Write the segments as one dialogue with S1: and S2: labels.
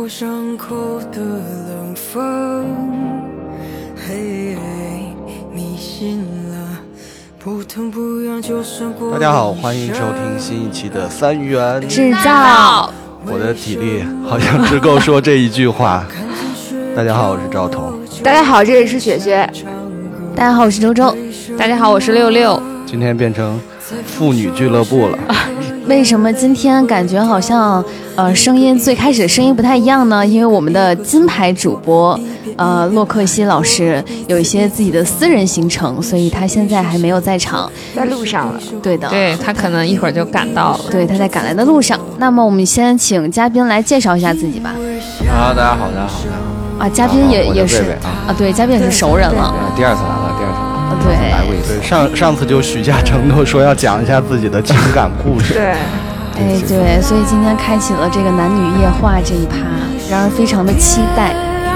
S1: 伤口的冷风，嘿，迷信了，不疼不痒就算过。
S2: 大家好，欢迎收听新一期的三元
S3: 制造。
S2: 我的体力好像只够说这一句话。大家好，我是赵彤。
S3: 大家好，这里是雪雪。大家好，我是周周。
S4: 大家好，我是六六。
S2: 今天变成妇女俱乐部了。
S3: 为什么今天感觉好像声音最开始的声音不太一样呢？因为我们的金牌主播洛克西老师有一些自己的私人行程，所以他现在还没有在场，
S4: 在路上了。
S3: 对的，
S4: 对，他可能一会儿就赶到了。
S3: 对，他在赶来的路上。那么我们先请嘉宾来介绍一下自己吧。
S5: 大家好，大家好。
S3: 啊，嘉宾也是啊，对，嘉宾也是熟人了。
S5: 第二次来了，
S3: 对，
S5: 来过一次。
S2: 上次就许下承诺说要讲一下自己的情感故事。
S4: 对，
S3: 哎对，所以今天开启了这个男女夜话这一趴，让人非常的期待。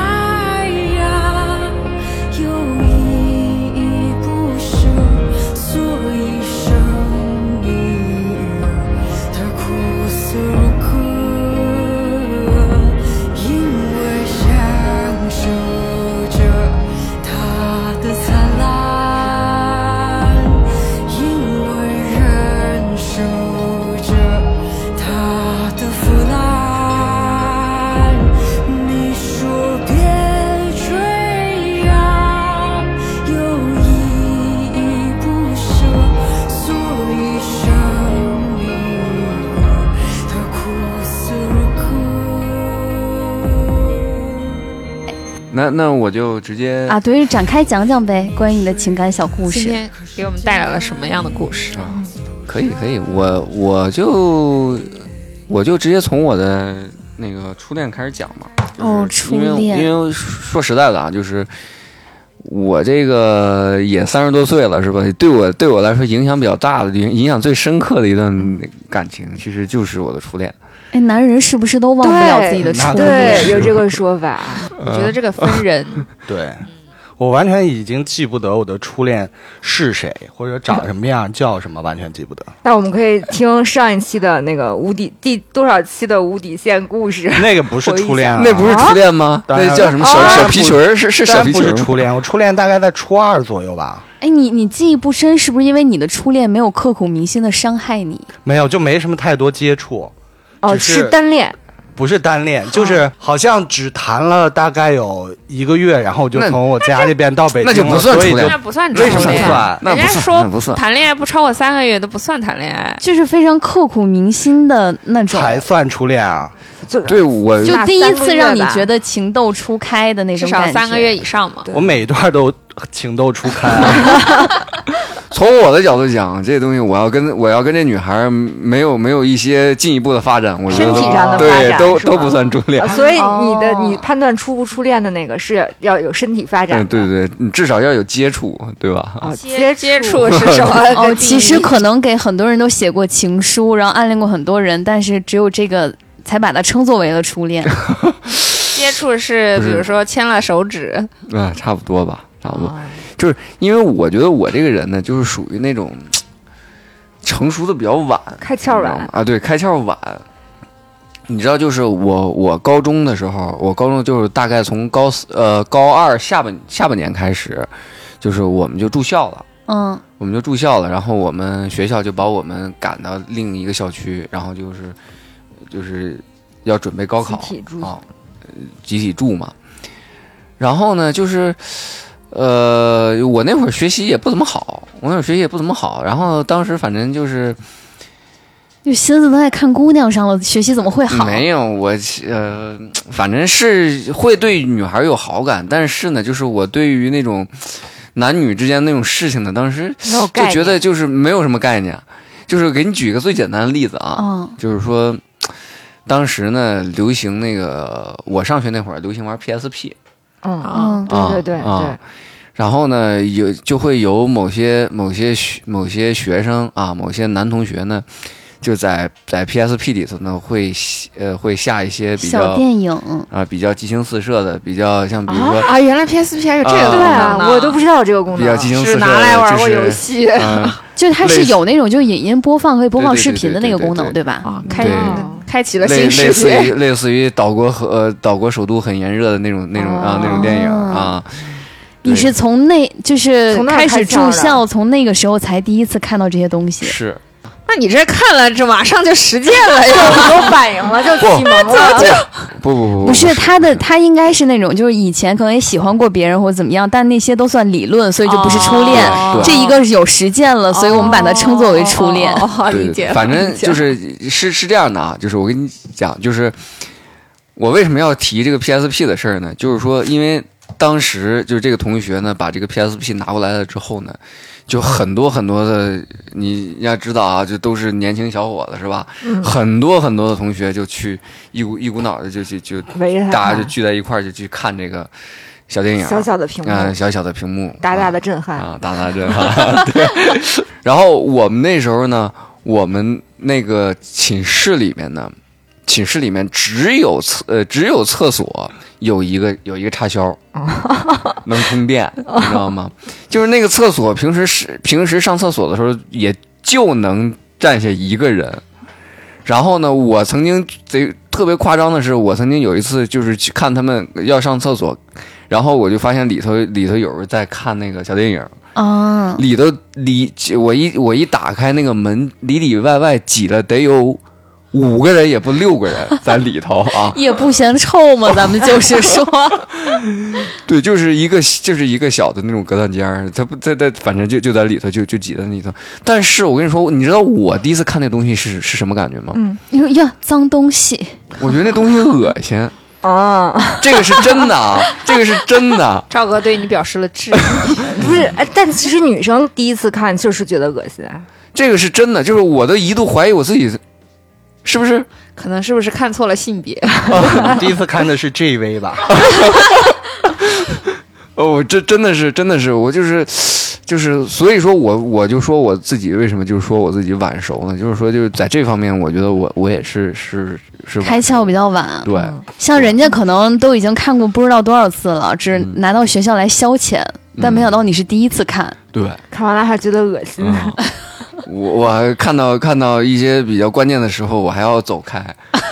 S5: 那我就直接
S3: 啊，对，展开讲讲呗，关于你的情感小故事。
S4: 今天给我们带来了什么样的故事？
S5: 可以，我就直接从我的那个初恋开始讲嘛。
S3: 初恋，
S5: 因为说实在的啊，就是我这个也30多岁了，是吧？对我来说影响比较大的、影响最深刻的一段感情，其实就是我的初恋。
S3: 哎，男人是不是都忘不了自己的初恋？
S4: 对，有这个说法。我觉得这个分人。
S2: 对，我完全已经记不得我的初恋是谁，或者长什么样、叫什么，完全记不得。
S4: 那我们可以听上一期的那个第多少期的无底线故事？
S2: 那个不是初恋啊，
S5: 那不是初恋吗？那叫什么小皮裙儿？是小皮裙儿。
S2: 不是初恋，我初恋大概在初2左右吧。
S3: 哎，你记忆不深，是不是因为你的初恋没有刻骨铭心的伤害你？
S2: 没有，就没什么太多接触。
S4: 哦，是单恋。
S2: 不是单恋，就是好像只谈了大概有1个月，然后就从我家那边到北京，
S5: 那就不算初恋，
S4: 那不算初恋。
S2: 为什么不算？
S4: 人家说谈恋爱不超过3个月都不算谈恋爱，
S3: 就是非常刻骨铭心的那种，
S2: 才算初恋啊。
S5: 对，我
S3: 就第一次让你觉得情窦初开的那种感觉，
S4: 至少3个月以上嘛。
S2: 我每一段都情窦初开。
S5: 从我的角度讲，这东西我要跟这女孩没有一些进一步的发展，我觉得
S4: 身体上的发展
S5: 都不算初恋。
S4: 所以你判断初不初恋的那个是要有身体发展。
S5: 对，你至少要有接触，对吧？
S4: 接触是什么？
S3: 其实可能给很多人都写过情书，然后暗恋过很多人，但是只有这个才把它称作为了初恋。
S4: 接触是比如说牵了手指，
S5: 差不多吧，差不多。就是因为我觉得我这个人呢，就是属于那种成熟的比较晚，
S4: 开窍晚
S5: 啊，对，开窍晚。你知道，就是我高中的时候，我高中就是大概从高2下半年开始，就是我们就住校了，我们就住校了，然后我们学校就把我们赶到另一个校区，然后就是要准备高考啊，集体住嘛。然后呢，就是我那会儿学习也不怎么好，然后当时反正就是
S3: 心思都在看姑娘上了，学习怎么会好？
S5: 没有，我反正是会对女孩有好感，但是呢，就是我对于那种男女之间那种事情呢，当时就觉得就是没有什么概念。就是给你举一个最简单的例子啊，就是说当时呢流行那个，我上学那会儿流行玩 PSP。
S4: 对。
S5: 然后呢，就会有某些学生啊，某些男同学呢，就在 PSP 里头呢会下一些比较
S3: 小电影
S5: 啊，比较激情四射的，比较像比如说
S4: 啊，原来 PSP 还有这个功能呢，我都不知道这个功能，
S5: 比较激情四射的，
S4: 是拿来玩过游戏，
S3: 就它是有那种就影音播放可以播放视频的那个功能，对吧？
S4: 开开启了
S5: 类
S4: 新世界。
S5: 类似于岛国首都很炎热的那种那种电影啊。
S3: 你是就是开始住校，从那个时候才第一次看到这些东西。
S5: 是。
S4: 那你这看了，这马上就实践了，有反应了，就启蒙了。
S5: 不
S3: 是他应该是那种，就是以前可能也喜欢过别人或者怎么样，但那些都算理论，所以就不是初恋。这一个有实践了，所以我们把它称作为初恋。
S4: 理解。
S5: 反正是这样的啊，就是我跟你讲，就是我为什么要提这个 PSP 的事儿呢？就是说，因为当时就是这个同学呢，把这个 PSP 拿过来了之后呢，就很多的，你要知道啊，就都是年轻小伙子是吧？很多的同学就去一股脑的就
S4: 围着他，
S5: 大家就聚在一块儿就去看这个小电影，
S4: 小小的屏幕，
S5: 小的屏幕，
S4: 大大的震撼
S5: 啊，大大的震撼。对。然后我们那时候呢，我们那个寝室里面只有厕所有一个插销，能通电，你知道吗？就是那个厕所平时上厕所的时候也就能站下一个人。然后呢，我曾经特别夸张的是，我曾经有一次就是去看他们要上厕所，然后我就发现里头有人在看那个小电影啊，我一打开那个门，里外挤了得有5个人也不6个人在里头啊，
S3: 也不嫌臭嘛，咱们就是说，
S5: 对，就是一个小的那种隔断间，他不在，反正就在里头，就挤在里头。但是我跟你说，你知道我第一次看那东西是什么感觉吗？
S3: 你说呀，脏东西，
S5: 我觉得那东西恶心啊，这个是真的啊，这个是真的。
S4: 赵哥对你表示了质疑，不是，但其实女生第一次看就是觉得恶心，
S5: 这个是真的，就是我都一度怀疑我自己。是不是？
S4: 可能是不是看错了性别？
S2: 第一次看的是 GV 吧？
S5: 哦，这真的是，我就是，所以说我就说我自己为什么就是说我自己晚熟呢？就是说就是在这方面，我觉得我也是
S3: 开窍比较晚。
S5: 对，
S3: 像人家可能都已经看过不知道多少次了，只拿到学校来消遣，但没想到你是第一次看。
S5: 对，
S4: 看完了还觉得恶心。
S5: 我还看到一些比较关键的时候，我还要走开，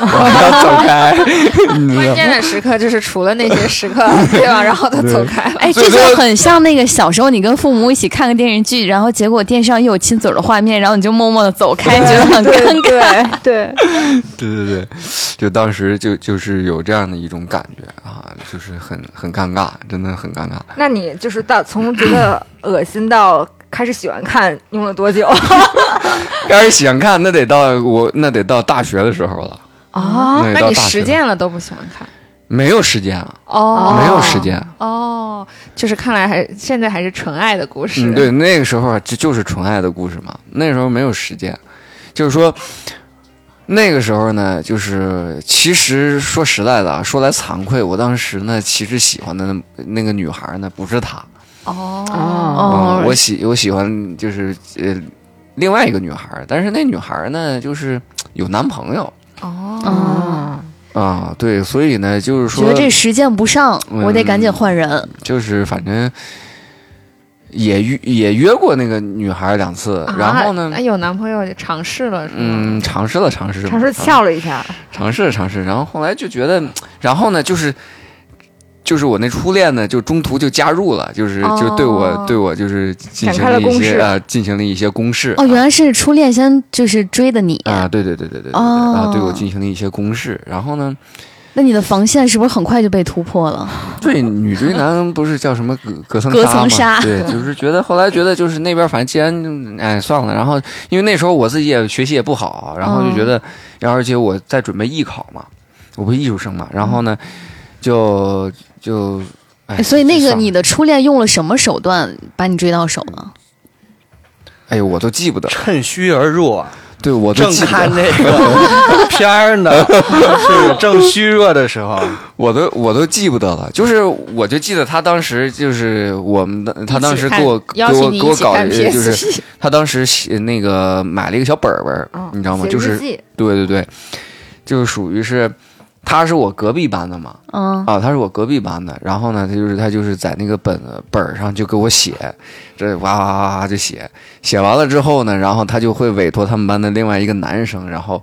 S4: 关键的时刻就是除了那些时刻，对吧？然后他走开了。
S3: 哎，这就很像那个小时候你跟父母一起看个电视剧，然后结果电视上又有亲嘴的画面，然后你就默默的走开，觉得很尴尬。
S4: 对，
S5: 就当时就是有这样的一种感觉啊，就是很尴尬，真的很尴尬。
S4: 那你就是从觉得恶心到开始喜欢看用了多久？
S5: 开始喜欢看那得到大学的时候了
S4: 啊。那你实践了都不喜欢看？
S5: 没有时间啊。没有时间
S4: 就是看来现在还是纯爱的故事。
S5: 对，那个时候就是纯爱的故事嘛。那时候没有时间，就是说那个时候呢，就是其实说实在的，说来惭愧，我当时呢其实喜欢的那个女孩呢不是她。我喜欢就是另外一个女孩，但是那女孩呢就是有男朋友。对，所以呢就是说
S3: 觉得这实践不上，我得赶紧换人。
S5: 就是反正也约过那个女孩2次，然后呢
S4: 有男朋友就尝试了，是吗？
S5: 尝试
S4: 撬了一下，
S5: 尝试，然后后来就觉得，然后呢就是我那初恋呢，就中途就加入了，就对我就是进行了一些攻势。
S3: 原来是初恋先就是追的你
S5: 啊，对，对我进行了一些攻势，然后呢，
S3: 那你的防线是不是很快就被突破了？
S5: 对，女追男不是叫什么隔层
S3: 纱吗？
S5: 对，就是后来觉得就是那边反正既然算了，然后因为那时候我自己也学习也不好，然后就觉得，然后而且我在准备艺考嘛，我不是艺术生嘛，然后呢
S3: 所以那个你的初恋用了什么手段把你追到手呢？
S5: 哎呦，我都记不得，
S2: 趁虚而入。
S5: 对，我都
S2: 正看那个片儿呢，是正虚弱的时候，
S5: 我都记不得了。就是我就记得他当时就是他当时给我搞的，就是他当时那个买了一个小本本，你知道吗？就是对，就是属于是。他是我隔壁班的嘛，他是我隔壁班的，然后呢，他就是在那个本上就给我写，这哇就写完了之后呢，然后他就会委托他们班的另外一个男生，然后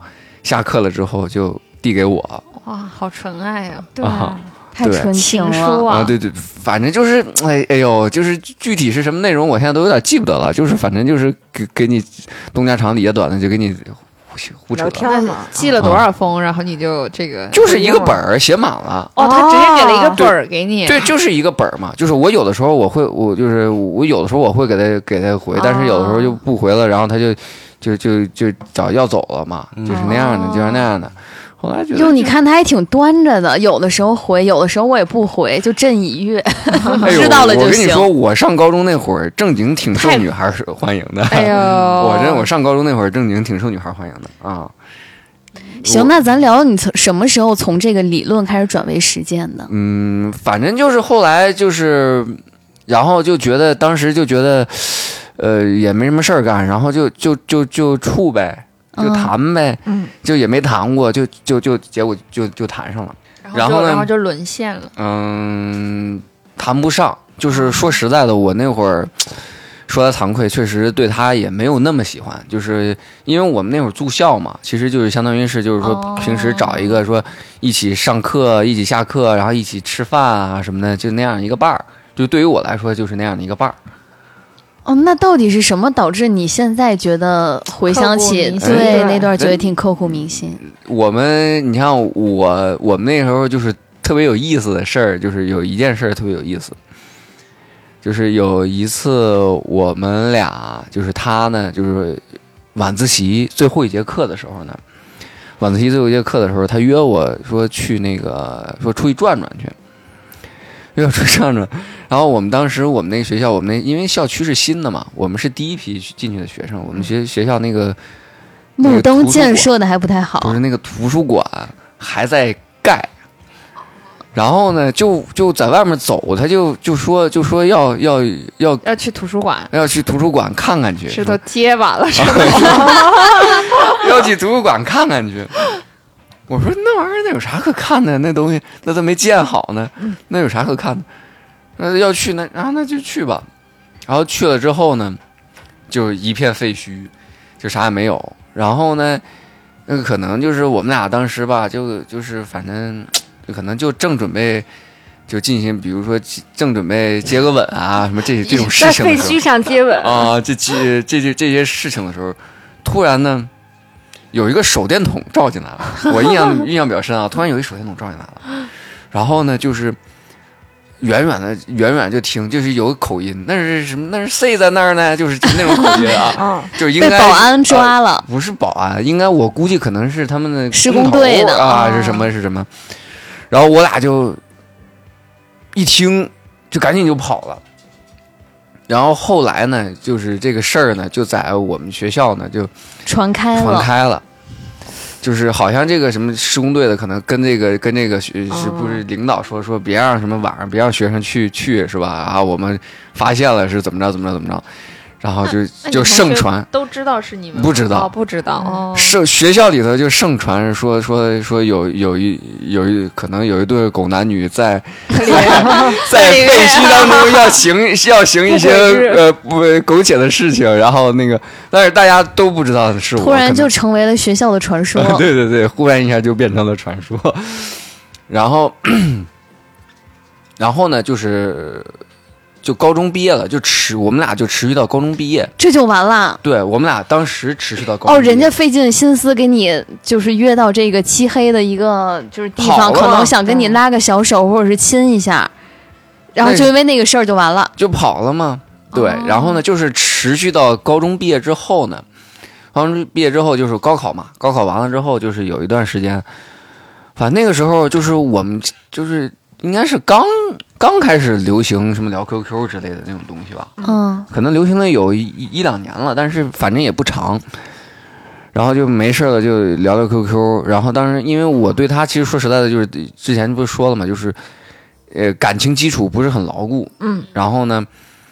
S5: 下课了之后就递给我。
S4: 哇，好纯爱呀！
S3: 对，太纯情
S4: 了
S5: 啊！对对，反正就是哎呦，就是具体是什么内容，我现在都有点记不得了。就是反正就是给你东家长李家短的，就给你胡扯
S4: 聊天嘛。寄了多少封，然后你就这个
S5: 就是一个本儿写满了。
S4: 哦，他直接给了一个本儿给你。
S5: 对，就是一个本儿嘛。就是我有的时候我有的时候我会给他回，但是有的时候就不回了，然后他就早要走了嘛，就是那样的，就是那样的。后来觉得
S3: 你看他还挺端着的，有的时候回，有的时候我也不回，就朕已阅，知道了就行。
S5: 我跟你说，我上高中那会儿正经挺受女孩欢迎的。
S4: 哎呦，
S5: 我上高中那会儿正经挺受女孩欢迎的啊。
S3: 行，那咱聊你什么时候从这个理论开始转为实践的？
S5: 反正就是后来就是，然后就觉得当时就觉得，也没什么事儿干，然后就处呗。就谈呗，就也没谈过，结果就谈上了，然后呢，
S4: 然后就沦陷了。
S5: 谈不上，就是说实在的，我那会儿说来惭愧，确实对他也没有那么喜欢，就是因为我们那会儿住校嘛，其实就是相当于是就是说平时找一个说一起上课、一起下课，然后一起吃饭啊什么的，就那样一个伴儿，就对于我来说就是那样的一个伴儿。
S3: 哦，那到底是什么导致你现在觉得回想起对那段觉得挺刻骨铭心？你看我们那时候就是特别有意思的事儿，就是有一件事特别有意思，就是有一次我们俩就是他呢，就是晚自习最后一节课的时候呢，他约我说去那个说出去转转去。要出去转转，然后我们当时我们那个学校，因为校区是新的嘛，我们是第一批进去的学生，我们学校那个路灯建设的还不太好，
S5: 不是那个图书馆还在盖，然后呢就在外面走，他就说要
S4: 去图书馆，
S5: 要去图书馆看看去，
S4: 是都结巴了是吧？
S5: 要去图书馆看看去。我说那玩意儿那有啥可看的？那东西那都没建好呢，那有啥可看的？那要去那就去吧。然后去了之后呢，就一片废墟，就啥也没有。然后呢，那个可能就是我们俩当时吧，就是反正可能就正准备就进行，比如说正准备接个吻啊什么这种事情的时候，
S4: 在废墟上接吻
S5: 啊，这些事情的时候，突然呢。有一个手电筒照进来了，我印象比较深啊。突然有一手电筒照进来了，然后呢，就是远远就听，就是有个口音，那是什么？那是谁在那儿呢？就是那种口音啊，就应该
S3: 被保安抓了，
S5: 不是保安，应该我估计可能是他们的
S3: 施工队的
S5: 啊，是什么？然后我俩就一听，就赶紧就跑了。然后后来呢，就是这个事儿呢，就在我们学校呢就传开了，就是好像这个什么施工队的可能跟这个是不是领导说别让什么晚上别让学生去是吧？啊，我们发现了是怎么着。然后就盛传，
S4: 都知道是你们
S5: 不知道，
S4: 不知道哦。
S5: 学校里头就盛传说有一可能有一对狗男女在废墟当中要行一些苟且的事情，然后那个但是大家都不知道的是我，
S3: 突然就成为了学校的传说。
S5: 对，忽然一下就变成了传说。然后呢就高中毕业了，我们俩就持续到高中毕业，
S3: 这就完了。
S5: 对，我们俩当时持续到高中毕业。
S3: 人家费尽心思给你就是约到这个漆黑的一个就是地方，可能想跟你拉个小手或者是亲一下，然后就因为那个事儿就完了，
S5: 就跑了嘛。对，然后呢，就是持续到高中毕业之后呢，就是高考嘛，高考完了之后就是有一段时间，反正那个时候就是我们就是应该是刚开始流行什么聊 QQ 之类的那种东西吧，可能流行了有一两年了，但是反正也不长。然后就没事了，就聊 QQ。然后当时因为我对他其实说实在的，就是之前不是说了嘛，就是感情基础不是很牢固。然后呢，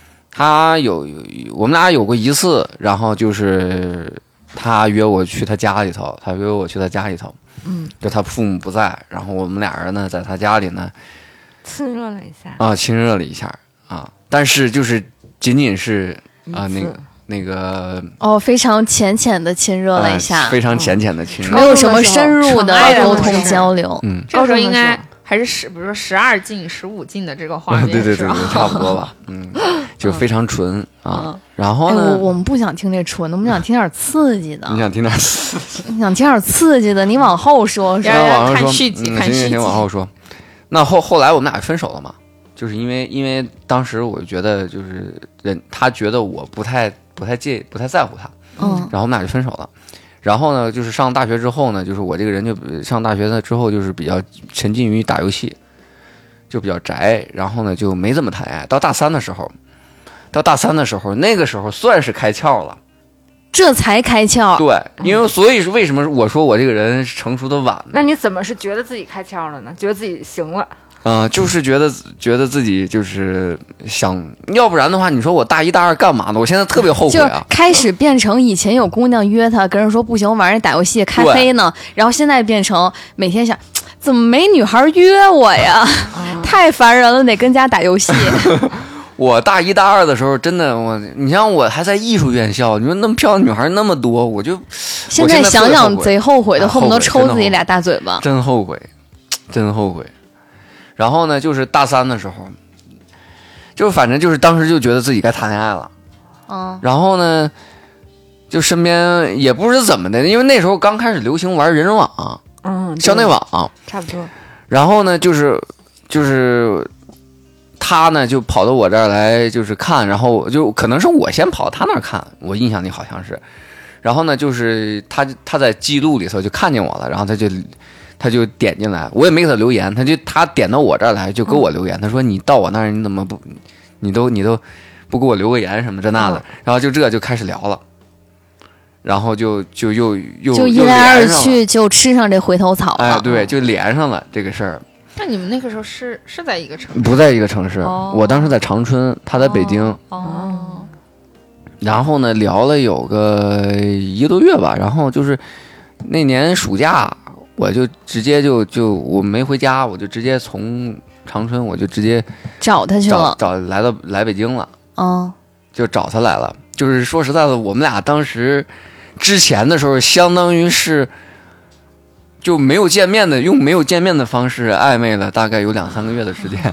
S5: 我们俩有过一次，然后就是他约我去他家里头，就他父母不在，然后我们俩人呢在他家里呢。
S4: 亲热了一下
S5: 啊，但是就是仅仅是啊那个那个
S3: 非常浅浅的亲热了一下，
S5: 非常浅浅的亲热，
S3: 没有什么深入的沟通交流。
S4: 这个时候应该还是比如说12禁、15禁的这个画面，
S5: 对，差不多吧。就非常纯啊。然后呢，
S3: 我们不想听这纯的，我们想听点刺激的。
S5: 你想听点刺激？
S3: 你想听点刺激的，你往后说。
S4: 看续集，看续集。
S5: 往后说。那后来我们俩分手了嘛？就是因为当时我觉得就是他觉得我不太在乎他，然后我们俩就分手了。然后呢，就是上大学之后呢，就是我这个人就上大学了之后就是比较沉浸于打游戏，就比较宅，然后呢就没怎么谈恋爱。到大三的时候，那个时候算是开窍了，
S3: 这才开窍。
S5: 对，因为所以是为什么我说我这个人成熟的晚呢？
S4: 那你怎么是觉得自己开窍了呢？觉得自己行了？
S5: 就是觉得自己就是想，要不然的话，你说我大一大二干嘛呢？我现在特别后悔啊！
S3: 就开始变成以前有姑娘约他，跟人说不行，我晚上打游戏开黑呢，然后现在变成每天想，怎么没女孩约我呀？太烦人了，得跟家打游戏。
S5: 我大一大二的时候，真的你像我还在艺术院校，你说那么漂亮女孩那么多，我
S3: 现在想想贼后悔的，恨不得抽自己俩大嘴巴。
S5: 真后悔。然后呢，就是大三的时候，就反正就是当时就觉得自己该谈恋爱了，然后呢，就身边也不知怎么的，因为那时候刚开始流行玩人人网，校内网，
S4: 差不多。
S5: 然后呢，就是他呢就跑到我这儿来，就是看，然后就可能是我先跑他那儿看，我印象里好像是，然后呢，就是他在记录里头就看见我了，然后他就点进来，我也没给他留言，他点到我这儿来就给我留言，他说你到我那儿你怎么不，你都不给我留个言什么这那的，然后就开始聊了，然后就又
S3: 一来二去就吃上这回头草了，
S5: 哎，对，就连上了这个事儿。
S4: 那你们那个时候是在一个城市？
S5: 不在一个城市，我当时在长春，他在北京。然后呢，聊了有个1个多月吧，然后就是那年暑假。我就直接就我没回家，我就直接从长春，我就直接
S3: 找他去了，
S5: 来北京了，就找他来了。就是说实在的，我们俩当时之前的时候，相当于是就没有见面的，用没有见面的方式暧昧了大概有2-3个月的时间，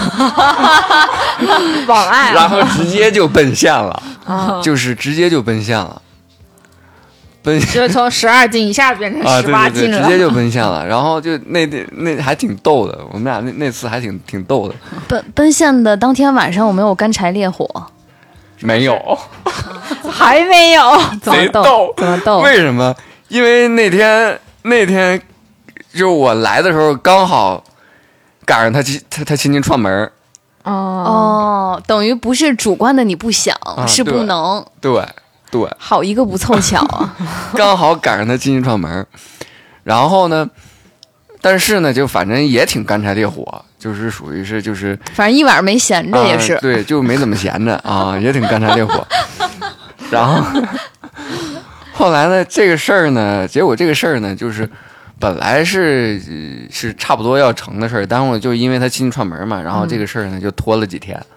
S4: 网爱，
S5: 然后直接就奔现了，就是直接就奔现了。
S4: 就是从12禁一下变成18禁了，
S5: 对，直接就奔现了。然后就那还挺逗的，我们俩那次还挺逗的。
S3: 奔现的当天晚上，我没有干柴烈火，
S5: 没有，
S4: 还没有，
S5: 贼逗，
S3: 怎么逗？
S5: 为什么？因为那天就我来的时候，刚好赶上他亲戚串门。
S3: 等于不是主观的你不想，是不能。
S5: 对，
S3: 好一个不凑巧啊！
S5: 刚好赶上他进去串门，然后呢，但是呢，就反正也挺干柴烈火，就是属于是就是
S3: 反正一晚上没闲着也是，
S5: 对，就没怎么闲着啊，也挺干柴烈火。然后后来呢，这个事儿呢，结果这个事儿呢，就是本来是差不多要成的事儿，但是我就因为他进去串门嘛，然后这个事儿呢就拖了几天。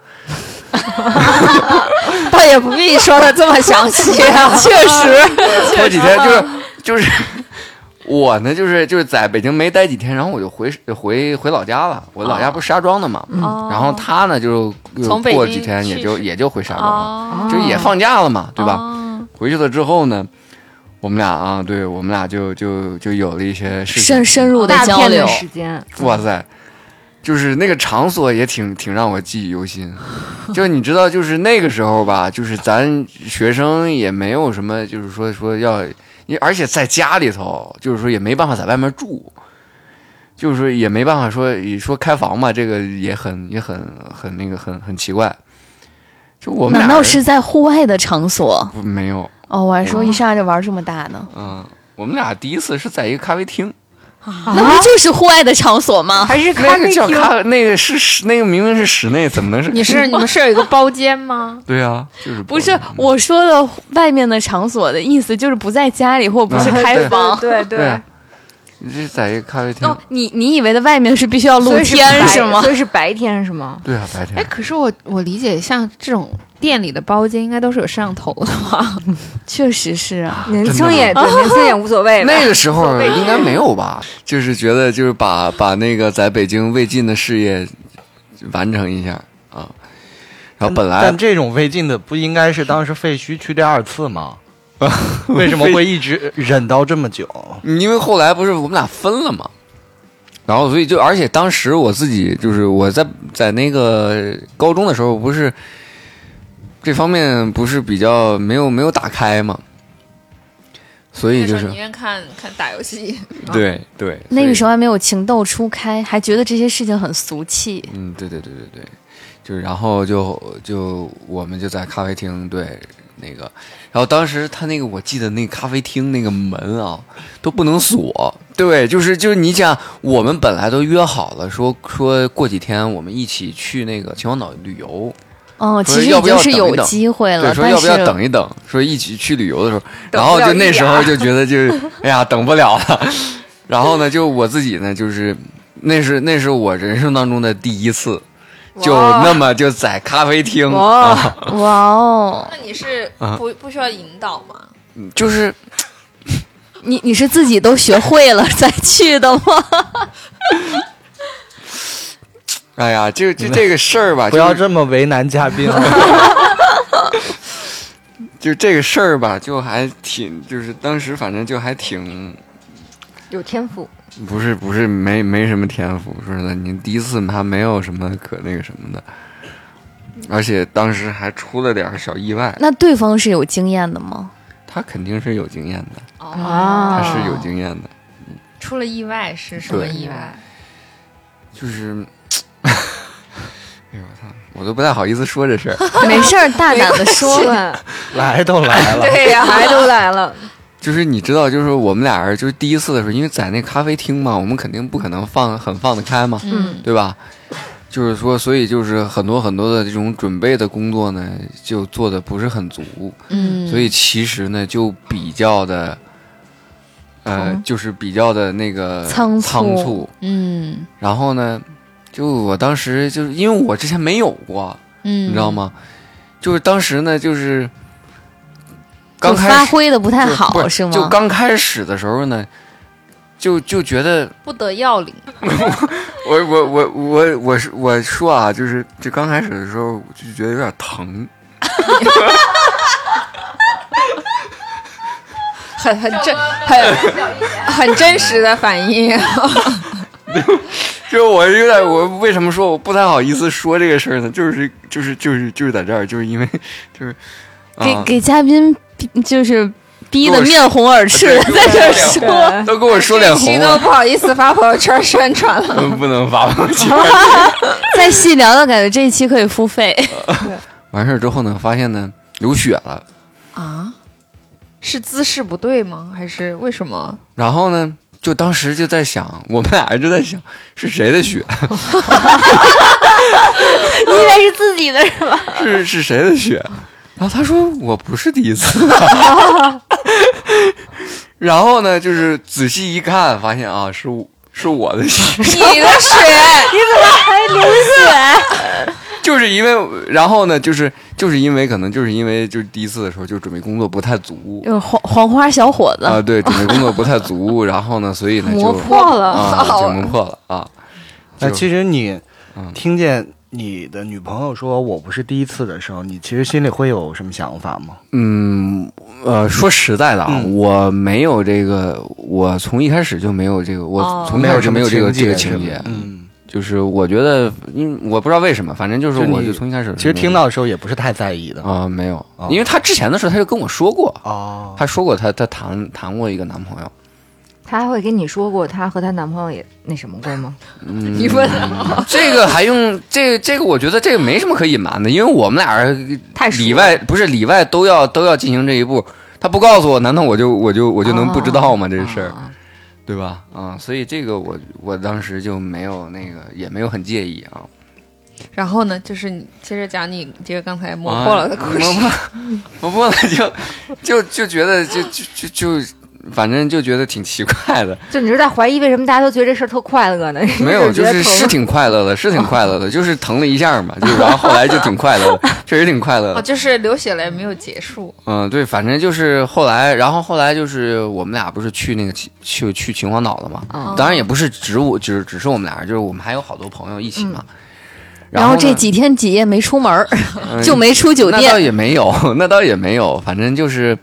S4: 倒也不必说的这么详细啊，确实
S5: 拖几天就是我呢就是在北京没待几天，然后我就回老家了。我老家不是石家庄的嘛，然后他呢就过几天也就回石家庄了，就也放假了嘛，对吧？回去了之后呢，我们俩就有了一些事情
S3: 深入的交流
S4: 时间。
S5: 哇塞！就是那个场所也挺让我记忆犹新，就你知道，就是那个时候吧，就是咱学生也没有什么，就是说要，而且在家里头，就是说也没办法在外面住，就是说也没办法说开房嘛，这个也很那个很奇怪。就我们俩
S3: 难道是在户外的场所？
S5: 没有
S3: 我还说一上就玩这么大呢。
S5: 我们俩第一次是在一个咖啡厅。
S3: 那不就是户外的场所吗？
S4: 还是咖啡厅？
S5: 那个明明是室内，怎么能是？
S4: 你们是有一个包间吗？
S5: 对啊，就是
S3: 不是我说的外面的场所的意思，就是不在家里或不是开房。
S4: 对。
S5: 你这在一个咖啡厅。
S3: 你以为的外面是必须要露天是吗？
S4: 所以是白天是吗？
S5: 对啊，白天。
S4: 哎，可是我理解，像这种店里的包间应该都是有摄像头的吧？
S3: 确实是啊，
S4: 年轻也无所谓。
S5: 那个时候应该没有吧？就是觉得就是把那个在北京未尽的事业完成一下啊。然后本来
S2: 但这种未尽的不应该是当时废墟去第2次吗？为什么会一直忍到这么久？
S5: 因为后来不是我们俩分了嘛，然后所以而且当时我自己就是我在那个高中的时候，不是这方面不是比较没有打开嘛，所以就是
S4: 宁愿看打游戏。
S5: 对，
S3: 那个时候还没有情窦初开，还觉得这些事情很俗气。
S5: 对，就是然后就我们就在咖啡厅那个，然后当时他那个我记得那个咖啡厅那个门啊都不能锁，对，就是你讲我们本来都约好了说过几天我们一起去那个秦皇岛旅游。
S3: 其实已经是有机会了，
S5: 对，说要不要等一等，说一起去旅游的时候，然后就那时候就觉得哎呀等不了了，然后呢就我自己呢就是那是我人生当中的第一次。就那么就在咖啡厅
S3: 哇哦！
S4: 那你是不需要引导吗？
S5: 就是
S3: 你是自己都学会了再去的吗？
S5: 哎呀，就这个事儿吧，
S2: 不要这么为难嘉宾了。
S5: 就这个事儿吧，就还挺，就是当时反正就还挺
S4: 有天赋。
S5: 不是没什么天赋，说实在，你第一次还没有什么可那个什么的，而且当时还出了点小意外。
S3: 那对方是有经验的吗？
S5: 他肯定是有经验的
S4: 他
S5: 是有经验的。
S4: 出了意外是什么意外？
S5: 就是哎呦我操，我都不太好意思说这事儿。
S3: 没事儿，大胆的说。
S2: 来都来了。
S4: 对呀，来都来了。
S5: 就是你知道，就是我们俩人就是第一次的时候，因为在那咖啡厅嘛，我们肯定不可能放得开嘛，对吧？就是说，所以就是很多的这种准备的工作呢，就做的不是很足，所以其实呢就比较的，就是比较的那个仓促，然后呢，就我当时就是因为我之前没有过，你知道吗？就是当时呢就是。刚开始
S3: 发挥的不太好是吗？
S5: 就刚开始的时候呢，就觉得
S4: 不得要领。
S5: 我说啊，就是这刚开始的时候就觉得有点疼，
S4: 很真实的反应。
S5: 就我为什么说我不太好意思说这个事儿呢？就是在这儿，就是因为就是
S3: 给嘉宾。就是逼得面红耳赤的在这说，
S5: 都给我说脸红了，
S4: 都不好意思发朋友圈宣传了。
S5: 不能发朋友圈。
S3: 再细聊聊，感觉这一期可以付费。
S5: 完事之后呢，发现呢流血了
S4: 啊？是姿势不对吗？还是为什么？
S5: 然后呢，就当时就在想，我们俩人就在想是谁的血？
S3: 你以为是自己的是吧？
S5: 是谁的血？然后他说我不是第一次，然后呢，就是仔细一看，发现啊是我的血，
S4: 你的血，
S3: 你怎么还流血？
S5: 就是因为，然后呢，就是因为可能就是因为就是第一次的时候就准备工作不太足，
S3: 就是黄花小伙子
S5: 啊，对，准备工作不太足，然后呢，所以呢就
S3: 磨破了，
S5: 就磨破了啊。
S2: 那其实你听见你的女朋友说我不是第一次的时候，你其实心里会有什么想法吗？
S5: 说实在的啊，我没有这个，我从一开始就没有这个，我从一开始就没有这个情节，就是我觉得，我不知道为什么，反正就是我就从一开始，
S2: 其实听到的时候也不是太在意的
S5: 啊，没有，因为他之前的时候他就跟我说过他说过他谈过一个男朋友。
S6: 她还会跟你说过她和她男朋友也那什么过吗？
S4: 你问
S5: 这个还用这个？我觉得这个没什么可隐瞒的，因为我们俩里外都要进行这一步。他不告诉我，难道我就能不知道吗？这事儿，对吧？所以这个我当时就没有那个，也没有很介意啊。
S4: 然后呢，就是你接着讲你这个刚才磨破了的故事。
S5: 磨破了就觉得就反正就觉得挺奇怪的。
S6: 就你是在怀疑为什么大家都觉得这事儿特快乐呢？
S5: 没有，就是挺快乐的，是挺快乐的，就是疼了一下嘛，就然后后来就挺快乐的，确实挺快乐的。
S4: 哦，就是流血了也没有结束。
S5: 对，反正就是后来就是我们俩不是去那个去秦皇岛了嘛？当然也不是只是我们俩，就是我们还有好多朋友一起嘛。
S3: 然后这几天几夜没出门，就没出酒店。
S5: 那倒也没有，反正就是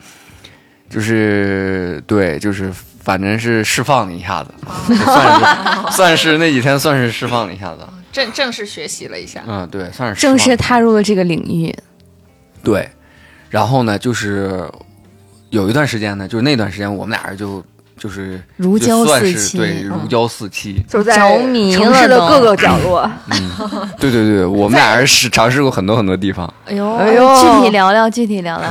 S5: 对，就是反正是释放了一下子，算是那几天算是释放了一下子，
S4: 正式学习了一下。
S5: 对，算是
S3: 正式踏入了这个领域。
S5: 对，然后呢，就是有一段时间呢，就是那段时间我们俩人就是
S3: 如胶似漆，
S5: 对，如胶似漆，
S6: 就在
S3: 着迷了
S6: 城市的各个角落。
S5: 对，我们俩人尝试过很多很多地方。
S3: 哎呦，具体聊聊。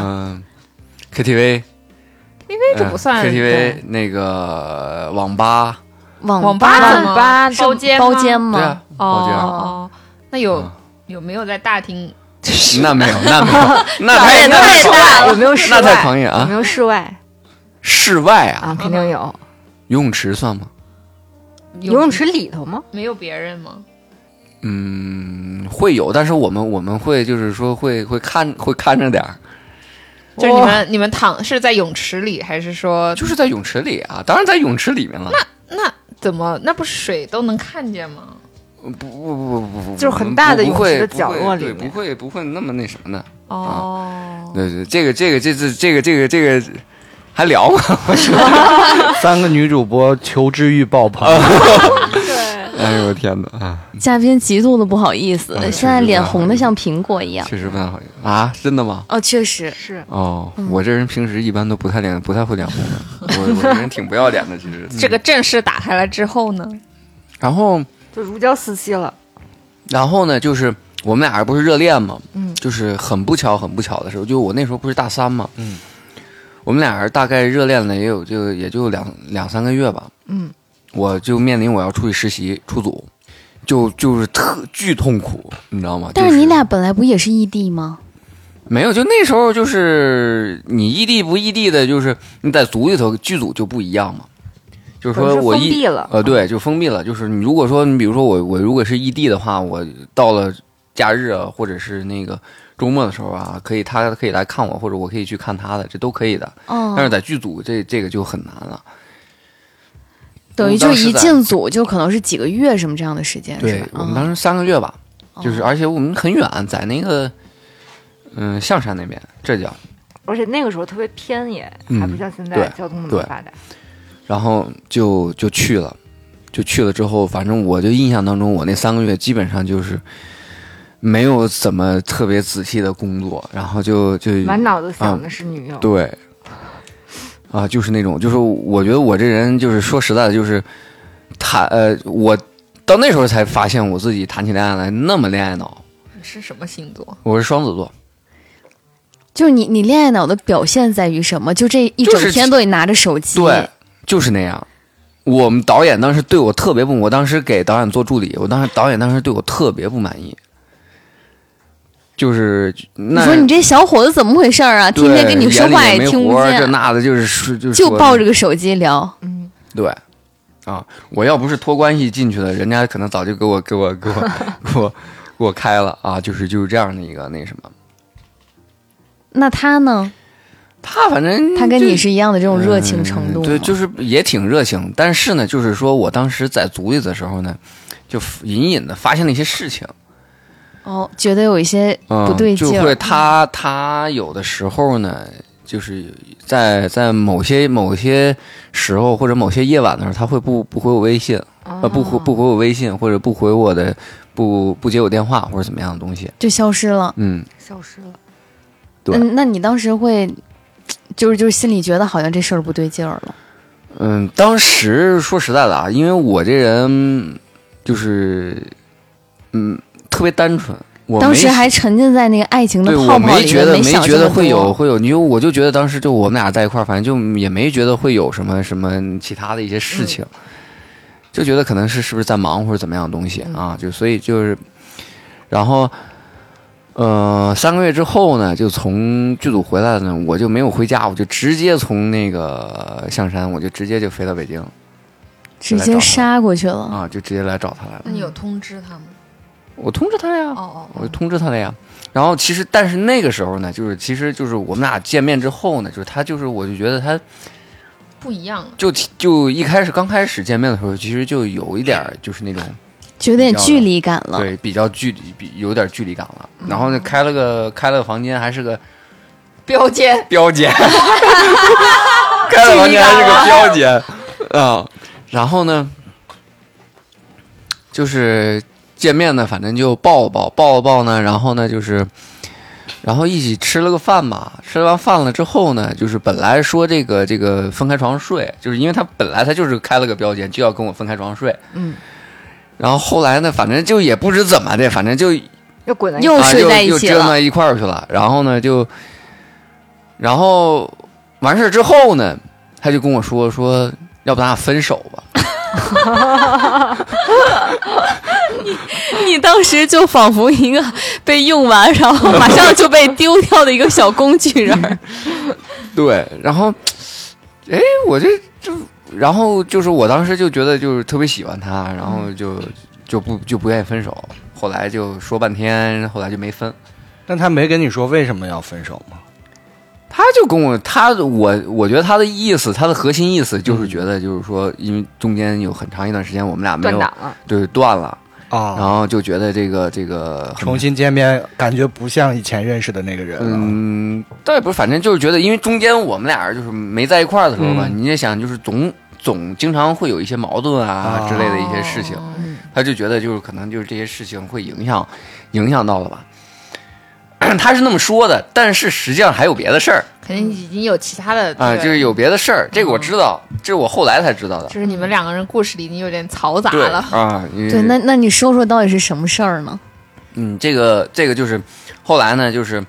S5: KTV
S4: 这不算
S5: KTV， 那个网吧
S4: 包间吗？
S5: 对啊，包间。
S4: 哦，那有没有在大厅？
S5: 那没有，那
S6: 太大了，有没有室外？
S5: 那太狂野啊！
S6: 有没有室外？
S5: 室外啊，
S6: 肯定有。
S5: 游泳池算吗？
S6: 游泳池里头吗？
S4: 没有别人吗？
S5: 会有，但是我们会就是说会看着点儿。
S4: 就是你们是在泳池里，还是说
S5: 就是在泳池里啊？当然在泳池里面了。
S4: 那怎么？那不是水都能看见吗？
S5: 不，
S6: 就是很大的泳池的角落里面，
S5: 不会那么那什么的。
S4: 对，
S5: 这个还聊吗
S2: ？3个女主播求知欲爆棚。
S5: 对，哎呦天哪啊！
S3: 嘉宾极度的不好意思，现在脸红的像苹果一样。
S5: 确实不太好意思啊！真的吗？
S3: 确实
S6: 是。
S5: 我这人平时一般都不太会脸红的，我这人挺不要脸的，其实。
S4: 这个正式打开了之后呢？
S5: 然后
S6: 就如胶似漆了。
S5: 然后呢，就是我们俩人不是热恋嘛，就是很不巧的时候，就我那时候不是大3嘛，我们俩人大概热恋了也就两三个月吧，我就面临我要出去实习出组，就是巨痛苦，你知道吗？
S3: 但是你俩本来不也是异地吗？
S5: 没有，就那时候就是你异地不异地的，就是你在组里头剧组就不一样嘛。就是说我
S6: 封闭了，
S5: 对，就封闭了。就是你如果说你比如说我如果是异地的话，我到了假日啊，或者是那个周末的时候啊，他可以来看我，或者我可以去看他的，这都可以的。但是在剧组这个就很难了。
S3: 等于就一进组就可能是几个月什么这样的时间。
S5: 对，我们当时3个月吧，就是而且我们很远，在那个象山那边，浙江。
S6: 而且那个时候特别偏也，还不像现在交通那么发达。
S5: 然后就去了之后，反正我就印象当中，我那3个月基本上就是没有怎么特别仔细的工作，然后就
S6: 满脑子想的是女友。
S5: 对，就是那种，就是我觉得我这人就是说实在的，就是我到那时候才发现我自己谈起恋爱来那么恋爱脑。
S4: 是什么星座？
S5: 我是双子座。
S3: 就是你恋爱脑的表现在于什么？就这一整天都得拿着手机。
S5: 对。就是那样，我们导演当时对我特别我当时给导演做助理，导演当时对我特别不满意，就是你
S3: 说你这小伙子怎么回事啊？天天跟你说话也听不见，
S5: 这那的就
S3: 抱着个手机聊。
S5: 对，我要不是托关系进去的，人家可能早就给我开了啊，就是这样的一个那什么。
S3: 那他呢？
S5: 他反正
S3: 他跟你是一样的这种热情程度，
S5: 对，就是也挺热情。但是呢，就是说我当时在组里的时候呢，就隐隐的发现了一些事情。
S3: 觉得有一些不对劲儿。
S5: 就会他有的时候呢，就是在某些时候或者某些夜晚的时候，他会不回我微信，不回我微信，或者不回我的不接我电话或者怎么样的东西，
S3: 就消失了。
S6: 消失了。
S5: 对，
S3: 那你当时会？就是心里觉得好像这事儿不对劲儿了。
S5: 当时说实在的啊，因为我这人就是特别单纯，我
S3: 当时还沉浸在那个爱情的泡泡里面，
S5: 没觉得会有，因为我就觉得当时就我们俩在一块儿，反正就也没觉得会有什么其他的一些事情，就觉得可能是不是在忙或者怎么样的东西啊，就所以就是，然后 3个月之后呢，就从剧组回来呢，我就没有回家，我就直接从那个象山，我就直接就飞到北京，
S3: 直接杀过去了
S5: 啊，就直接来找他来了。
S4: 那你有通知他吗？
S5: 我通知他呀，我就通知他了呀。然后其实，但是那个时候呢，其实我们俩见面之后呢，他我就觉得他
S4: 不一样了。
S5: 就刚开始见面的时候，其实就有一点就是那种。
S3: 就有点距离感了，
S5: 对，比较有点距离感了。然后呢，开了个房间，还是个
S4: 标间，
S5: 开了房间还是个标间啊。然后呢，就是见面呢，反正就抱了抱呢，然后呢然后一起吃了个饭吧。吃完饭了之后呢，就是本来说这个分开床睡，就是因为他本来他就是开了个标间，就要跟我分开床睡。然后后来呢，反正就也不知怎么的，反正就
S3: 又睡在一起了，
S5: 就折到一块儿去了。然后呢，然后完事之后呢，他就跟我说，要不咱俩分手吧。
S3: 你当时就仿佛一个被用完，然后马上就被丢掉的一个小工具人。
S5: 对，然后，我然后就是我当时就觉得就是特别喜欢他，然后就不愿意分手。后来就说半天，后来就没分。
S2: 但他没跟你说为什么要分手吗？
S5: 他就跟我觉得他的意思，他的核心意思就是觉得就是说，因为中间有很长一段时间我们俩没有
S6: 断档了，
S5: 对，断了
S2: 啊，
S5: 然后就觉得这个
S2: 重新见面，感觉不像以前认识的那个人了。
S5: 对，不是，反正就是觉得，因为中间我们俩人就是没在一块儿的时候吧，你也想就是总经常会有一些矛盾啊之类的一些事情，他就觉得就是可能就是这些事情会影响到了吧。他是那么说的，但是实际上还有别的事儿，
S4: 肯定已经有其他的
S5: 就是有别的事儿，这个我知道，这是我后来才知道的。
S4: 就是你们两个人故事里已经有点嘈杂了
S5: 啊。
S3: 对，那你说说到底是什么事儿呢？
S5: 这个就是后来呢，就是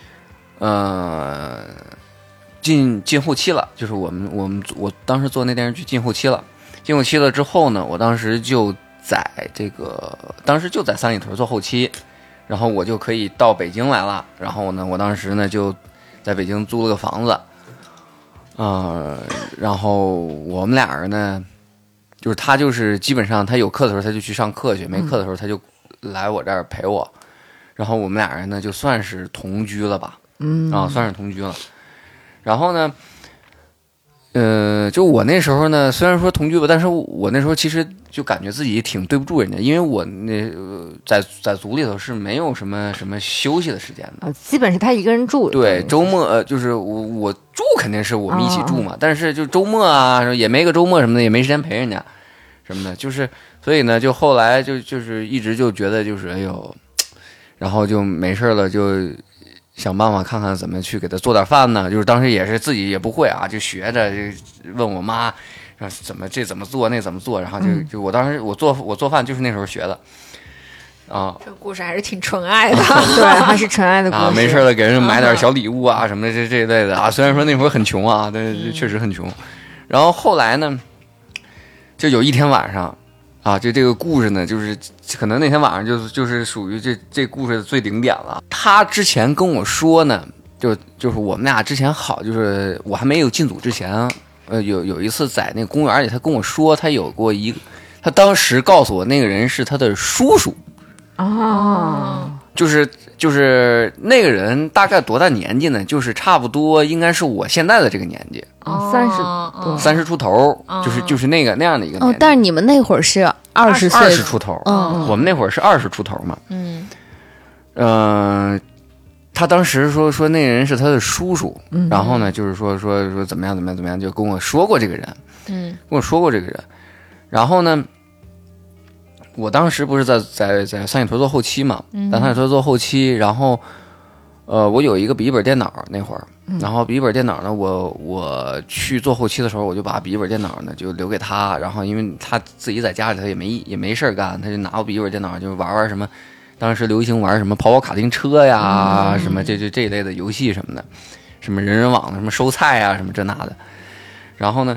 S5: 进后期了，就是我当时做那电视剧进后期了，进后期了之后呢，我当时就在三里屯做后期。然后我就可以到北京来了，然后呢，我当时呢就在北京租了个房子，然后我们俩人呢，就是他就是基本上他有课的时候他就去上课去，没课的时候他就来我这儿陪我，然后我们俩人呢就算是同居了吧，算是同居了，然后呢。就我那时候呢，虽然说同居吧，但是我那时候其实就感觉自己挺对不住人家，因为我在组里头是没有什么休息的时间的，
S6: 基本是他一个人住的。
S5: 对，周末就是我住肯定是我们一起住嘛，但是就周末啊也没个周末什么的，也没时间陪人家什么的，就是所以呢，就后来就是一直就觉得就是哎呦，然后就没事了就。想办法看看怎么去给他做点饭呢？就是当时也是自己也不会啊，就学着就问我妈，怎么做那怎么做，然后就我当时我做饭就是那时候学的，啊，
S4: 这个故事还是挺纯爱的，
S6: 对，还是纯爱的故事。
S5: 没事了，给人买点小礼物啊什么的这一类的啊。虽然说那会儿很穷啊，但是确实很穷。然后后来呢，就有一天晚上。啊，就这个故事呢，就是可能那天晚上就是属于这故事的最顶点了。他之前跟我说呢，就是我们俩之前好，就是我还没有进组之前，有一次在那个公园里，他跟我说他有过他当时告诉我那个人是他的叔叔。
S6: 哦，
S5: 就是那个人大概多大年纪呢？就是差不多应该是我现在的这个年纪，30出头，就是那样的一个年纪。
S3: 但是你们那会儿是20岁
S5: ，20出头，我们那会儿是20出头嘛。他当时说那个人是他的叔叔，然后呢，就是说怎么样，就跟我说过这个人，跟我说过这个人，然后呢。我当时不是在三里屯做后期嘛，在三里屯做后期，然后，我有一个笔记本电脑那会儿，然后笔记本电脑呢，我去做后期的时候，我就把笔记本电脑呢就留给他，然后因为他自己在家里他也没事干，他就拿我笔记本电脑就玩什么，当时流行玩什么跑卡丁车呀，什么这一类的游戏什么的，什么人人网的什么收菜啊什么这那的，然后呢。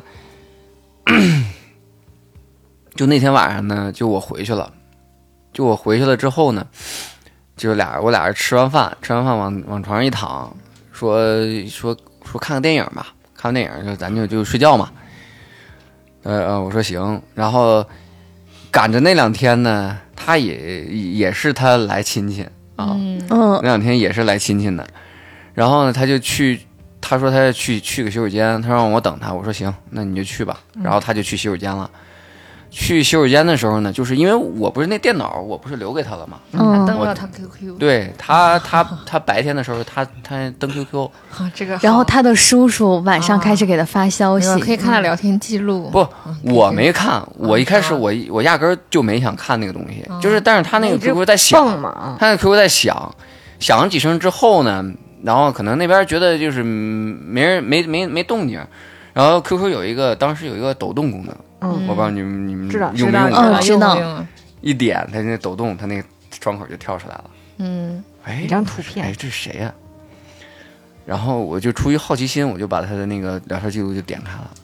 S5: 就那天晚上呢，就我回去了之后呢， 就我俩人吃完饭往床上一躺，说看个电影吧，看完电影咱就睡觉嘛。我说行，然后赶着那2天呢，他也是他来亲戚啊，那2天也是来亲戚的，然后呢他说他要去个洗手间，他让我等他，我说行，那你就去吧，然后他就去洗手间了。去洗手间的时候呢，就是因为我不是那电脑，我不是留给他了吗？
S4: 登了他 QQ。
S5: 对他白天的时候他登 QQ，
S4: 这个。
S3: 然后他的叔叔晚上开始给他发消息，
S4: 可以看他聊天记录。
S5: 不，我没看，我一开始我压根儿就没想看那个东西，就是但是他那个 QQ 在响嘛，他那个 QQ 在响了几声之后呢，然后可能那边觉得就是没人没动静，然后 QQ 当时有一个抖动功能。我不知道你们
S6: 知道
S5: 用没用过？
S3: 知道。
S5: 一点，它那抖动，它那个窗口就跳出来了。
S6: 一张图片。
S5: 这是谁呀？然后我就出于好奇心，我就把他的那个聊天记录就点开了。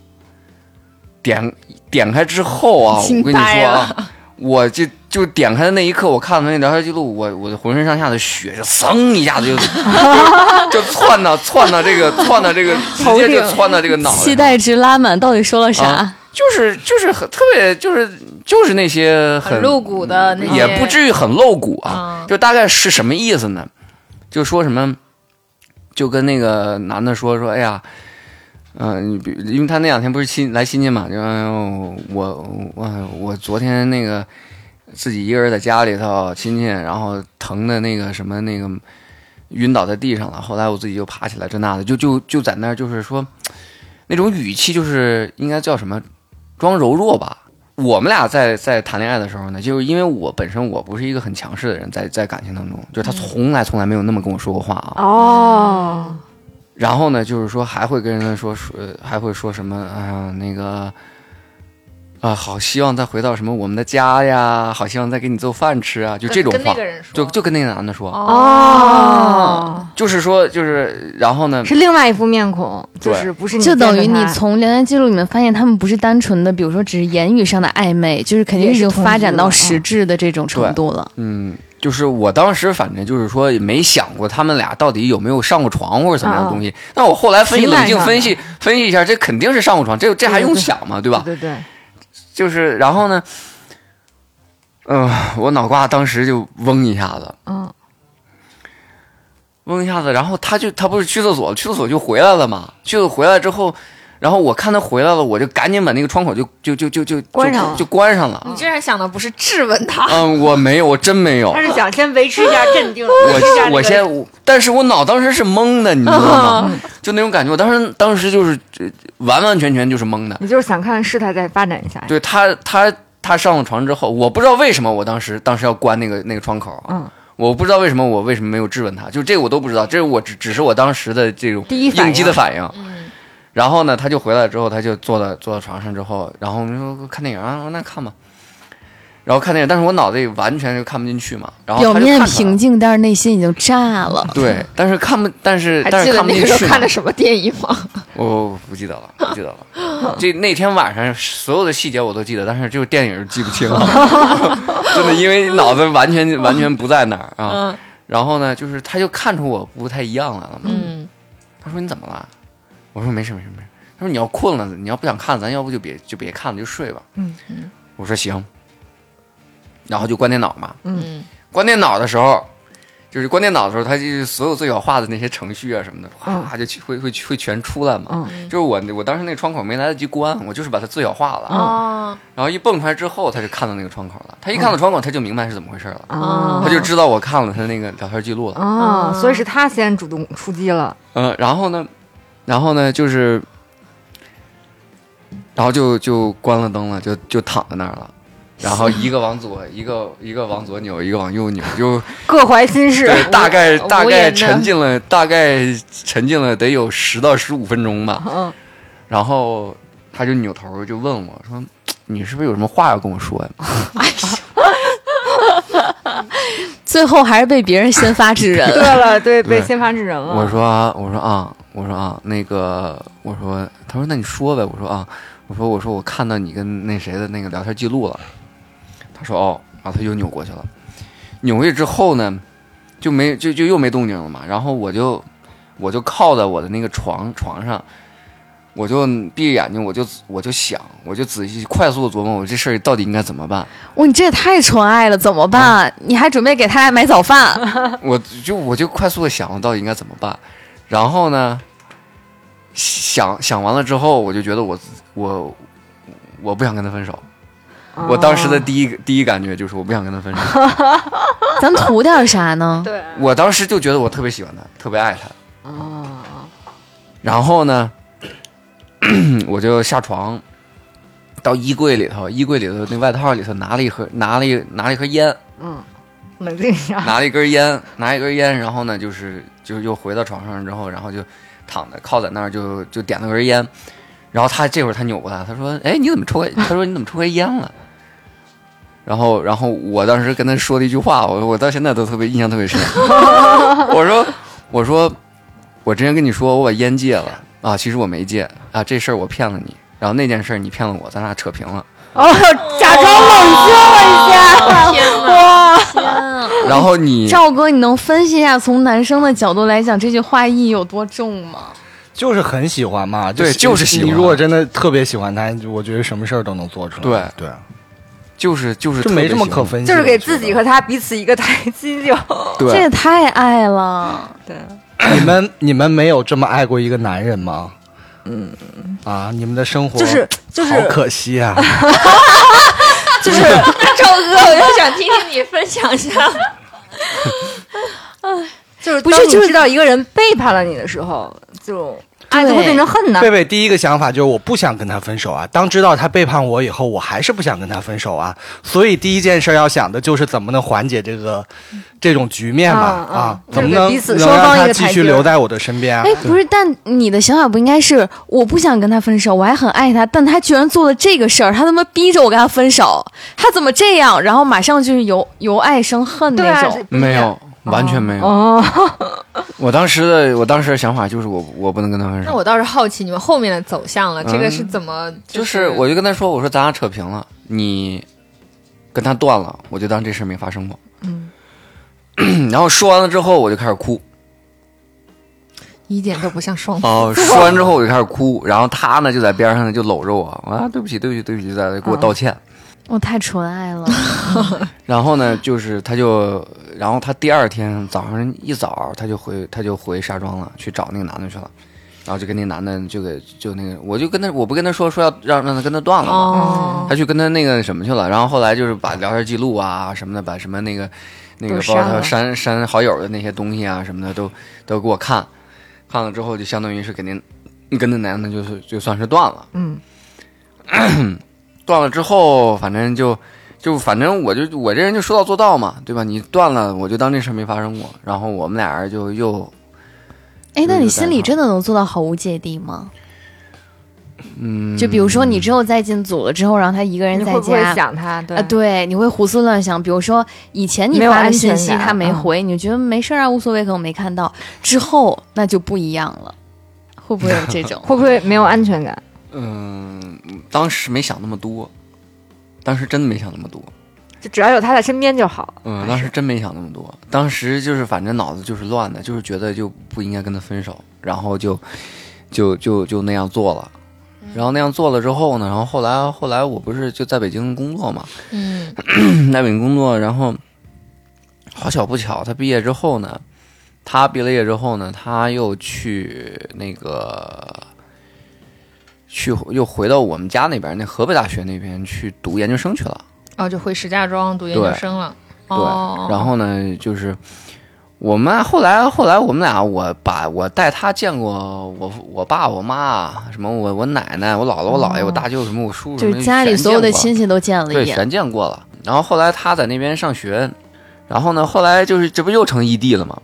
S5: 点开之后啊，我跟你说啊，我就点开的那一刻，我看到那聊天记录，我的浑身上下的血就嗖一下子就窜到这个直接就窜到这个脑袋上，
S3: 期待值拉满，到底说了啥？
S5: 就是很特别，就是那些很
S4: 露骨的那些，
S5: 也不至于很露骨啊，就大概是什么意思呢？就说什么，就跟那个男的说，哎呀，因为他那2天不是来亲戚嘛，就我昨天那个自己一个人在家里头亲戚，然后疼的那个什么那个晕倒在地上了，后来我自己就爬起来，这那的，就在那儿，就是说那种语气，就是应该叫什么？装柔弱吧。我们俩在谈恋爱的时候呢，就是因为我本身我不是一个很强势的人，在感情当中，就是他从来没有那么跟我说过话啊。然后呢，就是说还会跟人说，还会说什么那个好希望再回到什么我们的家呀，好希望再给你做饭吃啊，就这种话，跟那个人说，就跟那个男的说。就是说然后呢，
S6: 是另外一副面孔，就是不是你，
S3: 就等于你从聊天记录里面发现他们不是单纯的，比如说只是言语上的暧昧，就是肯定已经发展到实质的这种程度了。
S5: 就是我当时反正就是说没想过他们俩到底有没有上过床或者怎么样的东西。那我后来冷静分析一下，这肯定是上过床，这还用想吗？对吧？
S6: 对。
S5: 就是然后呢，我脑瓜当时就嗡一下子，嗡一下子，然后他不是去厕所就回来了嘛？回来之后，然后我看他回来了，我就赶紧把那个窗口就关上了。
S4: 你居然想的不是质问他？
S5: 我没有，我真没有。
S6: 他是想先维持一下镇定。
S5: 但是我脑当时是懵的，你知道吗？就那种感觉，我当时就是完全就是懵的。
S6: 你就是想看事态再发展一下。
S5: 对他上了床之后，我不知道为什么我当时要关那个窗口。我不知道为什么没有质问他，就这个我都不知道，这是我只是我当时的这种应激的反应。然后呢，他就回来之后，他就坐到床上之后，然后我们说看电影啊，那看吧。然后看电影，但是我脑子里完全就看不进去嘛。然后
S3: 表面平静，但是内心已经炸了。
S5: 对，但是看不进去。还记得
S4: 那个时候看的什么电影吗？
S5: 我不记得了。那天晚上所有的细节我都记得，但是就是电影记不清了。真的，因为脑子完全不在那儿啊。然后呢，就是他就看出我不太一样来了嘛。他说你怎么了？我说没事。他说你要困了，你要不想看，咱要不就别看了，就睡吧。我说行。然后就关电脑嘛。关电脑的时候，他就所有最小化的那些程序啊什么的，哗就会全出来嘛。就是我当时那个窗口没来得及关，我就是把它最小化了。然后一蹦出来之后，他就看到那个窗口了。他一看到窗口，他就明白是怎么回事了。他就知道我看了他那个聊天记录了。
S6: 所以是他先主动出击了。
S5: 然后呢，就是，然后就关了灯了，就躺在那儿了。然后一个往左，一个往左扭，一个往右扭，就
S6: 各怀心事。
S5: 对，大概沉浸了得有10到15分钟吧。然后他就扭头就问我说：“你是不是有什么话要跟我说呀？”
S3: 最后还是被别人先发制人。
S6: 对了，对，被先发制人了。
S5: 我说啊，那个，他说那你说呗。我说我看到你跟那谁的那个聊天记录了。他说然后他又扭过去了。扭过去之后呢， 就又没动静了嘛。然后我就靠在我的那个床上，我就闭着眼睛，我就想，我就仔细快速的琢磨，我这事儿到底应该怎么办。
S3: 哇，你这也太纯爱了，怎么办？你还准备给他买早饭？
S5: 我就快速的想，我到底应该怎么办。然后呢，想完了之后，我就觉得我不想跟他分手。我当时的第一感觉就是我不想跟他分手。
S3: 咱图点啥呢？
S4: 对，
S5: 我当时就觉得我特别喜欢他，特别爱他。
S6: 哦，
S5: 然后呢，我就下床，到衣柜里头那外套里头拿了一盒烟，
S6: 冷静一下，
S5: 拿了一根烟，然后呢，就是又回到床上之后，然后就躺在靠在那儿就点了根烟。然后这会儿他扭过来，他说：“哎，你怎么抽根烟了？”然后我当时跟他说了一句话，我到现在都印象特别深。我说我之前跟你说我把烟戒了啊，其实我没戒啊，这事儿我骗了你，然后那件事你骗了我，咱俩扯平了。
S6: 哦，假装冷静了一下，
S3: 天
S6: 哇！
S3: 天啊！
S5: 然后
S3: 赵哥，你能分析一下从男生的角度来讲，这句话意义有多重吗？
S2: 就是很喜欢嘛，
S5: 对，就是喜欢。
S2: 你如果真的特别喜欢他，我觉得什么事儿都能做出来。对，
S5: 就是
S2: 这没什么可分析，
S6: 就是给自己和他彼此一个台阶就。
S5: 对，
S3: 这也太爱了。
S6: 对，
S2: 你们没有这么爱过一个男人吗？你们的生活就是好可惜啊。
S4: 就是赵哥，我就想听听你分享一下。
S6: 就是当你知道一个人背叛了你的时候，就爱就会变成恨的。
S2: 贝贝第一个想法就是我不想跟他分手啊。当知道他背叛我以后，我还是不想跟他分手啊。所以第一件事要想的就是怎么能缓解这种局面嘛怎么能让他继续留在我的身边啊？
S3: 哎，不是，但你的想法不应该是我不想跟他分手，我还很爱他，但他居然做了这个事儿，他他妈逼着我跟他分手，他怎么这样？然后马上就是由爱生恨那种。
S5: 没有。完全没有。我当时的想法就是我不能跟他分手。
S4: 那我倒是好奇你们后面的走向了，这个是怎么？
S5: 就是我就跟他说，我说咱俩扯平了，你跟他断了，我就当这事没发生过。然后说完了之后，我就开始哭，
S4: 一点都不像双子。
S5: 说完之后我就开始哭，然后他呢就在边上呢就搂着我啊，对不起，在给我道歉。
S3: 我太纯爱了。
S5: 然后呢，就是然后他第二天早上一早他就回石家庄了，去找那个男的去了，然后就跟那男的就那个，我不跟他说要让他跟他断了嘛，他去跟他那个什么去了，然后后来就是把聊天记录啊什么的，把什么那个包括他删好友的那些东西啊什么的都给我看了之后，就相当于是跟那男的就算是断了。断了之后，反正反正我这人就说到做到嘛，对吧？你断了，我就当这事没发生过。然后我们俩人就又，
S3: 那你心里真的能做到毫无芥蒂吗？就比如说你之后再进组了之后，让他一个人在家，
S6: 你会不会想他？
S3: 对，你会胡思乱想。比如说以前你发的信息他没回，你就觉得没事啊，无所谓，可能没看到。之后那就不一样了，会不会有这种？
S6: 会不会没有安全感？
S5: 当时没想那么多，当时真的没想那么多，
S6: 就只要有他在身边就好。
S5: 当时真没想那么多，当时就是反正脑子就是乱的，就是觉得就不应该跟他分手，然后就那样做了。然后那样做了之后呢，然后后来我不是就在北京工作嘛，在北京工作，然后好巧不巧，他毕业之后呢，他又又回到我们家那边，那河北大学那边去读研究生去了。
S4: 就回石家庄读研究生了。
S5: 对，然后呢，就是我们后来我们俩，我带他见过我爸我妈什么我奶奶我姥姥我姥爷我大舅什么我叔叔，
S3: 就是家里所有的亲戚都见了一遍，
S5: 对，全见过了。然后后来他在那边上学，然后呢，后来就是这不又成异地了吗？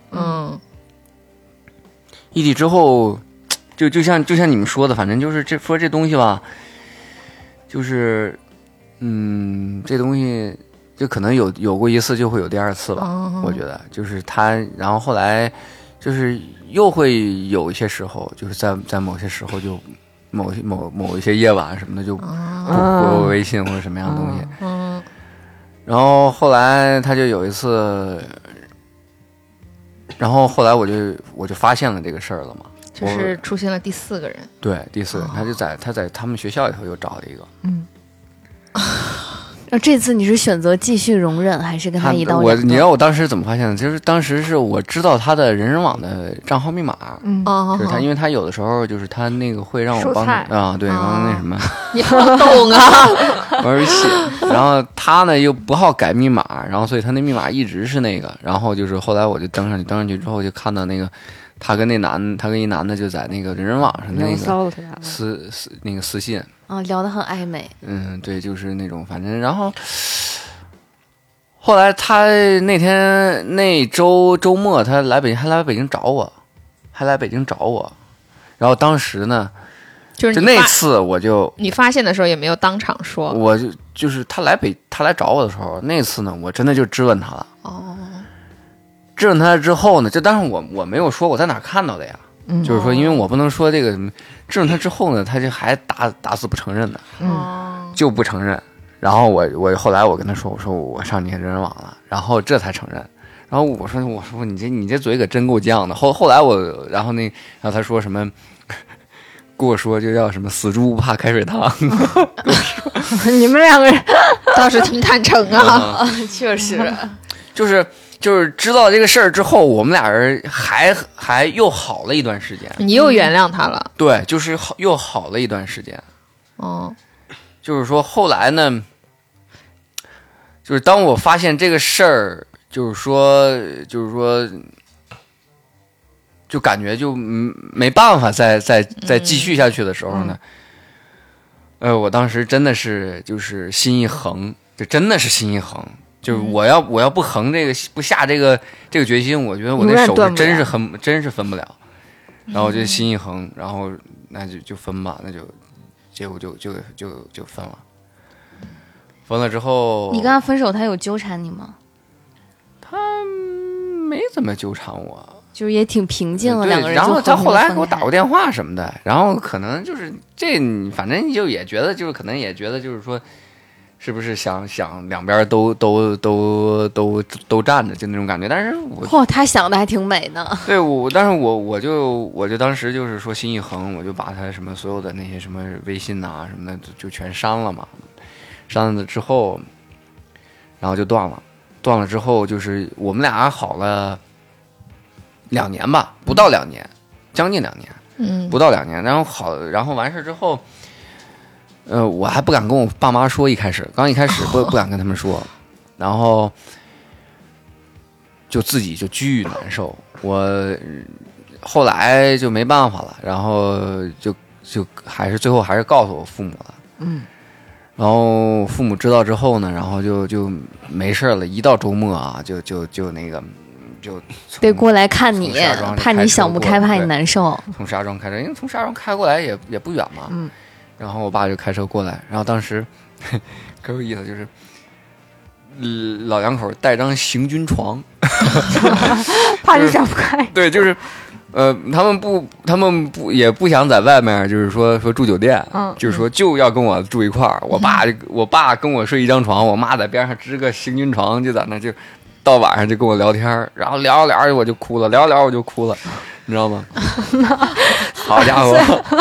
S5: 异地之后。就像你们说的，反正就是这东西吧，就是这东西就可能有过一次就会有第二次吧。我觉得就是他，然后后来就是又会有一些时候，就是在某些时候就某一些夜晚什么的就不回我微信或者什么样的东西。然后后来他就有一次然后后来我就发现了这个事儿了嘛，
S4: 就是出现了第4个人。
S5: 对，第4个人，他在他们学校里头又找了一个。
S3: 这次你是选择继续容忍，还是跟他一刀两断？
S5: 你知道我当时怎么发现的？就是当时是我知道他的人人网的账号密码，就是他，因为他有的时候就是他那个会让我帮他对，帮他那什么，
S4: 你好懂啊，
S5: 玩游戏。然后他呢又不好改密码，然后所以他那密码一直是那个。然后就是后来我就登上去之后就看到那个他跟一男的就在那个人人网上那个私信。
S3: 聊得很暧昧。
S5: 对，就是那种，反正然后后来他那周末他来北京找我，然后当时呢，
S4: 就是
S5: 那次
S4: 你发现的时候也没有当场说，
S5: 我就是他来找我的时候，那次呢，我真的就质问他了。质问他之后呢，就当时我没有说我在哪看到的呀。就是说，因为我不能说这个质问他之后呢，他就还打死不承认的，就不承认。然后我后来我跟他说，我说我上你人人网了，然后这才承认。然后我说你这嘴可真够犟的。后来然后他说什么，跟我说就叫什么死猪不怕开水烫。
S6: 你们2个人
S4: 倒是挺坦诚啊，
S3: 确实，
S5: 就是知道这个事儿之后，我们俩人还又好了一段时间。
S4: 你又原谅他了？
S5: 对，就是又好了一段时间。就是说后来呢，就是当我发现这个事儿，就是说，就感觉就没办法再继续下去的时候呢，我当时真的是就是心一横，就真的是心一横。就是我要不横不下这个决心，我觉得我那手真是分不了。然后我就心一横，然后那就分吧，那就结果就分了。分了之后，
S3: 你跟他分手，他有纠缠你吗？
S5: 他没怎么纠缠我，
S3: 就是也挺平静了，两个人。
S5: 然后他后来给我打过电话什么的，然后可能就是反正就也觉得就是可能也觉得就是说。是不是想两边都站着，就那种感觉？但是
S3: 他想的还挺美的。
S5: 对，但是我就当时就是说心一横，我就把他什么所有的那些什么微信啊什么的就全删了嘛。删了之后，然后就断了。断了之后，就是我们俩好了2年吧，不到2年，将近2年，不到2年。然后完事之后。我还不敢跟我爸妈说，一开始不敢跟他们说，然后就自己就巨难受。我后来就没办法了，然后就最后还是告诉我父母了。然后父母知道之后呢，然后就没事了。一到周末啊，就那个就
S3: 得过来看你，怕你想不开，怕你难受。
S5: 从石家庄开车，因为从石家庄开过来也不远嘛。然后我爸就开车过来，然后当时可有意思，就是老两口带张行军床，
S6: 怕你想不开。
S5: 对，就是他们也不想在外面，就是说住酒店，就是说就要跟我住一块儿。我爸跟我睡一张床，我妈在边上支个行军床，就在那就到晚上就跟我聊天，然后聊着我就哭了，聊着我就哭了，你知道吗？好家伙！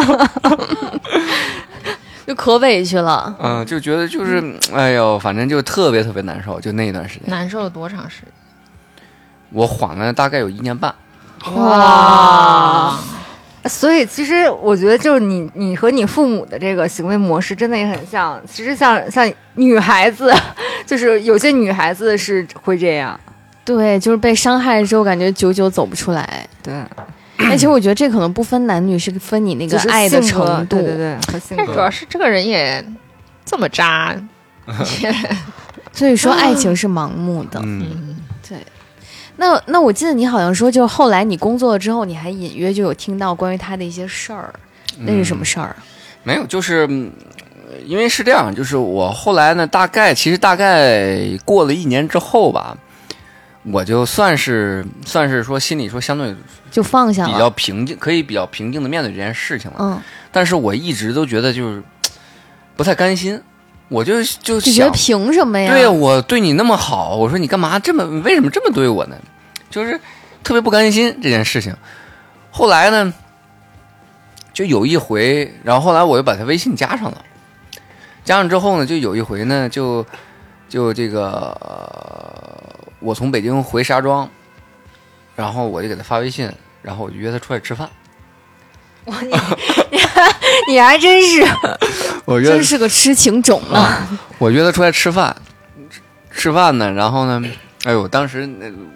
S3: 就可委屈了，
S5: 就觉得就是，哎呦，反正就特别特别难受，就那一段时间。
S4: 难受了多长时间？
S5: 我缓了大概有1年半。
S6: 哇！所以其实我觉得，就是你和你父母的这个行为模式，真的也很像。其实像女孩子，就是有些女孩子是会这样。
S3: 对，就是被伤害之后，感觉久久走不出来。
S6: 对。
S3: 其实我觉得这可能不分男女，是分你那个爱的程度。
S6: 对，
S4: 但主要是这个人也这么渣，
S3: 所以说爱情是盲目的。对。那我记得你好像说，就后来你工作了之后，你还隐约就有听到关于他的一些事儿，那是什么事儿？
S5: 没有，就是因为是这样，就是我后来呢，大概过了1年之后吧。我就算是说心里说相对
S3: 就放下了，
S5: 比较平静，可以比较平静的面对这件事情了。但是我一直都觉得就是不太甘心，我就想，
S3: 觉得凭什么呀？
S5: 对，我对你那么好，我说你干嘛为什么这么对我呢？就是特别不甘心这件事情。后来呢，就有一回，然后后来我又把他微信加上了，加上之后呢，就有一回呢，就这个我从北京回石家庄，然后我就给他发微信，然后我就约他出来吃饭。
S6: 哇，你还真是，
S5: 我约
S3: 真是个痴情种啊！
S5: 我约他出来吃饭呢，然后呢，哎呦，当时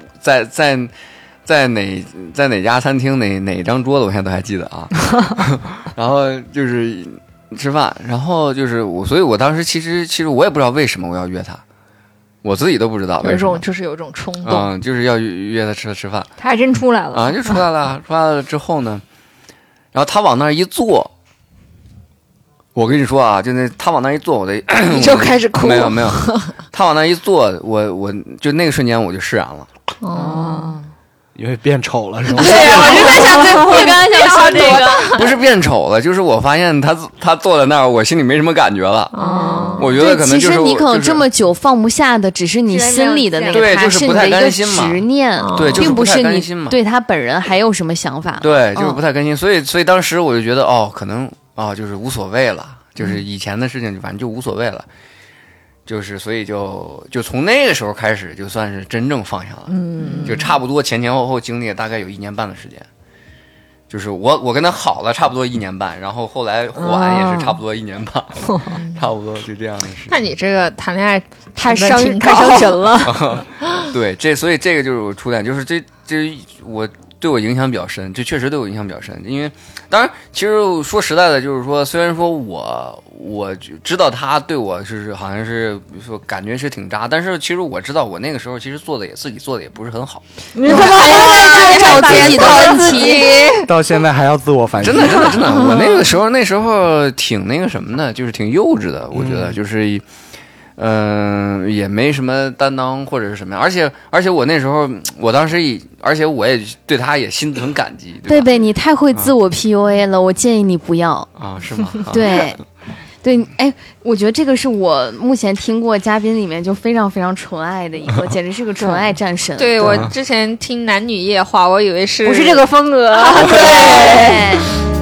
S5: 在哪家餐厅哪张桌子，我现在都还记得啊。然后就是吃饭，然后就是所以我当时其实我也不知道为什么我要约他，我自己都不知道为什么，
S4: 有一种冲动，
S5: 就是要约他吃饭。
S6: 他还真出来了
S5: 啊，就出来了。出来了之后呢，然后他往那儿一坐，我跟你说啊，就他往那儿一坐，我
S4: 你就开始哭。
S5: 没有，他往那儿一坐，我就那个瞬间我就释然了。
S6: 哦。
S2: 因为变丑了是吧？
S4: 对呀，我就在想，我刚才想说这个，
S5: 不是变丑了，就是我发现他坐在那儿，我心里没什么感觉了。哦，我觉得可能就是
S3: 其实你可能这么久放不下的，只是你心里的那个他，
S5: 是
S3: 你的一个执念，
S5: 对，
S3: 并不是你
S5: 对
S3: 他本人还有什么想法。
S5: 对，就是不太甘心，所以当时我就觉得，可能就是无所谓了，就是以前的事情，反正就无所谓了。就是所以就从那个时候开始，就算是真正放下了。就差不多前后经历大概有1年半的时间。就是我跟他好了差不多1年半，然后后来还也是差不多1年半，差不多就这样的事。
S4: 那你这个谈恋爱
S6: 太伤神了。
S5: 对，所以这个就是我初恋，就是这我对我影响比较深，这确实对我影响比较深。因为当然，其实说实在的，就是说，虽然说我知道他对我是好像是说感觉是挺渣，但是其实我知道我那个时候其实自己做的也不是很好。
S3: 你怎么还在找自己的问题？
S2: 到现在还要自我反省？
S5: 真的，我那时候挺那个什么的，就是挺幼稚的，我觉得就是。也没什么担当或者是什么样，而且我那时候，我当时而且我也对他也心存感激。
S3: 贝贝，你太会自我 PUA 了，我建议你不要
S5: 啊，是吗？
S3: 对，对，哎，我觉得这个是我目前听过嘉宾里面就非常非常纯爱的一个，简直是个纯爱战神。
S4: 对，我之前听男女夜话，我以为不
S6: 是这个风格。
S3: 对。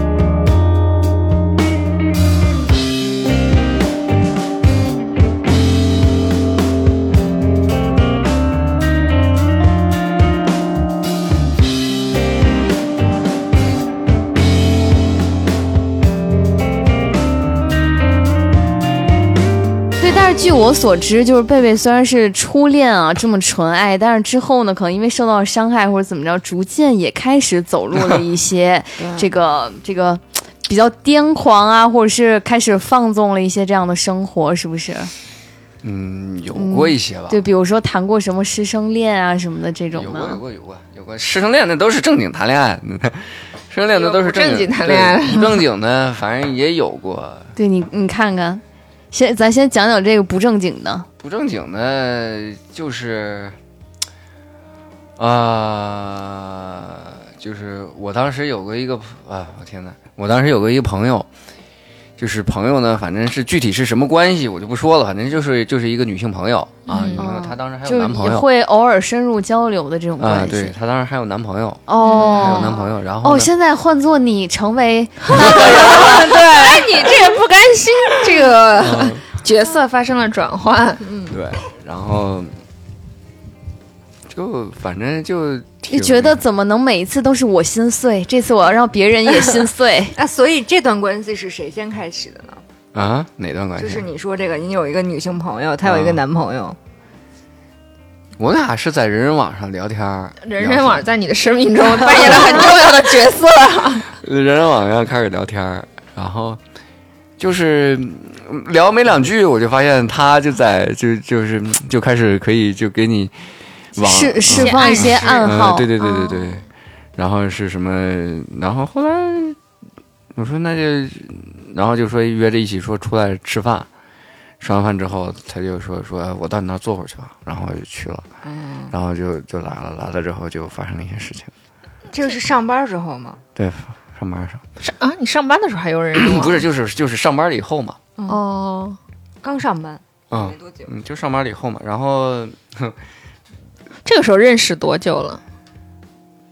S3: 据我所知，就是贝贝虽然是初恋啊，这么纯爱，但是之后呢，可能因为受到伤害或者怎么着，逐渐也开始走入了一些这个比较癫狂啊，或者是开始放纵了一些这样的生活，是不是？
S5: 有过一些吧。
S3: 对，比如说谈过什么师生恋啊什么的这种呢？
S5: 有过师生恋，那都是正经谈恋爱，师生恋那都是
S4: 正经谈恋爱，
S5: 不正经的反正也有过。
S3: 对你看看。咱先讲讲这个不正经的。
S5: 不正经的，就是就是我当时有过一个我天哪！我当时有过一个朋友，就是朋友呢，反正是具体是什么关系我就不说了，反正就是一个女性朋友啊，女朋友，她当时还有男朋友，
S3: 就会偶尔深入交流的这种关系。
S5: 对，她当时还有男朋友
S3: 还
S5: 有男朋友，然后
S3: 现在换做你成为
S4: 那个人，对，哎，你这个不甘心，这个角色发生了转换，
S5: 对，然后就反正就
S3: 你觉得怎么能每一次都是我心碎？这次我要让别人也心碎。
S6: 所以这段关系是谁先开始的呢？
S5: 哪段关系？
S6: 就是你说这个，你有一个女性朋友，她有一个男朋友。
S5: 我俩是在人人网上聊天，
S4: 人人网在你的生命中扮演了很重要的角色。
S5: 人人网上开始聊天，然后就是聊没2句，我就发现他就就开始可以就给你
S3: 释放一些暗号。
S5: 对，然后是什么？然后后来我说那就，然后就说约着一起说出来吃饭。吃完饭之后，他就说我到你那儿坐会儿去吧，然后我就去了，然后就来了之后就发生了一些事情。
S6: 这个是上班之后吗？
S5: 对，上班
S4: 上你上班的时候还有人
S5: 不是就是上班了以后嘛。
S6: 刚上班没多久，
S5: 就上班了以后嘛，然后
S4: 这个时候认识多久了？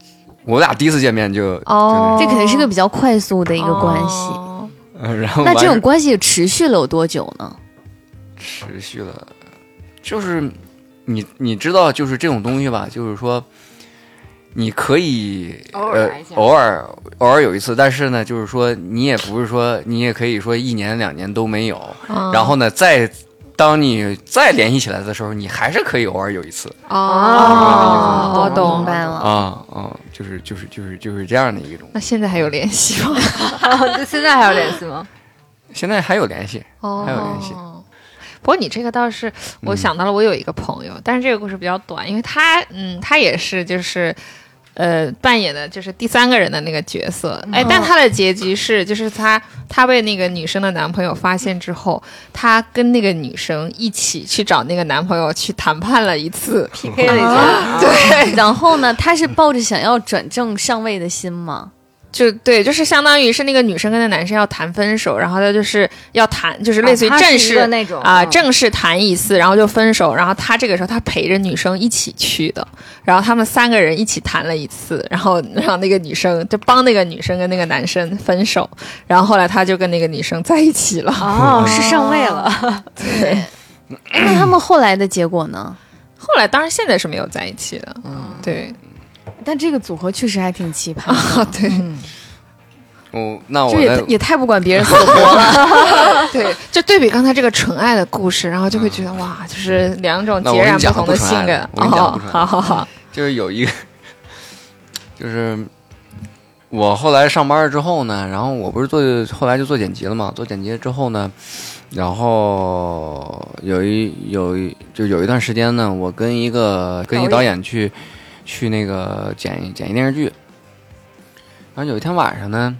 S5: 我俩第一次见面就
S3: 这肯定是个比较快速的一个关系。
S5: 然后
S3: 那这种关系持续了有多久呢？
S5: 持续了，就是你知道，就是这种东西吧，就是说。你可以偶尔有一次，但是呢，就是说你也不是说你也可以说1年2年都没有，然后呢，当你再联系起来的时候，你还是可以偶尔有一次。
S3: 我懂白了。
S5: 就是这样的一种。
S4: 那现在还有联系吗？
S6: 现在还有联系吗？
S5: 现在还有联系，还有联系。
S4: 不过你这个倒是，我想到了，我有一个朋友，但是这个故事比较短，因为他也是就是扮演的就是第3个人的那个角色，但他的结局是就是他被那个女生的男朋友发现之后，他跟那个女生一起去找那个男朋友去谈判了一次
S6: PK 了一次，
S3: 对。然后呢，他是抱着想要转正上位的心吗？
S4: 对，就是相当于是那个女生跟那男生要谈分手，然后他就是要谈，就是类似于正式
S6: 那种
S4: 正式谈一次，然后就分手。然后他这个时候他陪着女生一起去的，然后他们3个人一起谈了一次，然后让那个女生就帮那个女生跟那个男生分手，然后后来他就跟那个女生在一起了。
S6: 是上位了。
S4: 对，
S3: 那他们后来的结果呢？
S4: 后来当然现在是没有在一起的。对。
S3: 但这个组合确实还挺奇葩的。
S4: 对。
S5: 那我
S3: 也太不管别人死活了。
S4: 对，就对比刚才这个纯爱的故事，然后就会觉得哇，就是2种截然不同的性格。
S5: 好，就是有一个，就是我后来上班之后呢，然后我不是后来就做剪辑了嘛，做剪辑之后呢，然后有一段时间呢，我跟一导演去那个剪一电视剧，然后有一天晚上呢。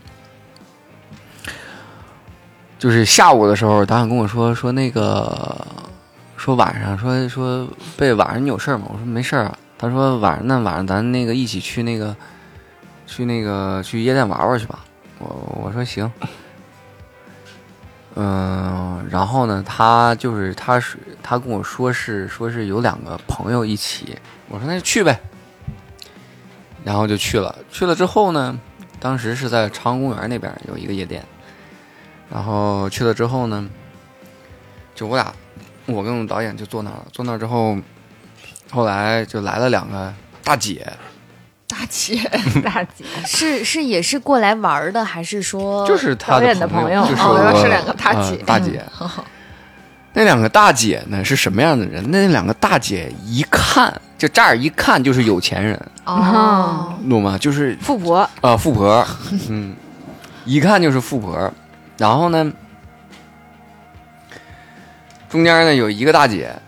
S5: 就是下午的时候，导演跟我说那个，说晚上说贝晚上你有事吗？我说没事啊。他说晚上咱那个一起去夜店玩去吧。我说行。然后呢，他跟我说是有2个朋友一起，我说那就去呗。然后就去了之后呢，当时是在朝阳公园那边有一个夜店。然后去了之后呢，就我跟我们导演就坐那儿了。坐那儿之后，后来就来了2个大姐
S3: 是也是过来玩的，还是说
S5: 就是他
S6: 的朋友？
S5: 就是
S4: 是2个大姐。
S5: 大姐，那2个大姐呢是什么样的人？那2个大姐一看就乍耳一看就是有钱人懂吗？就是
S6: 富婆
S5: 富婆，一看就是富婆。然后呢，中间呢有一个大姐，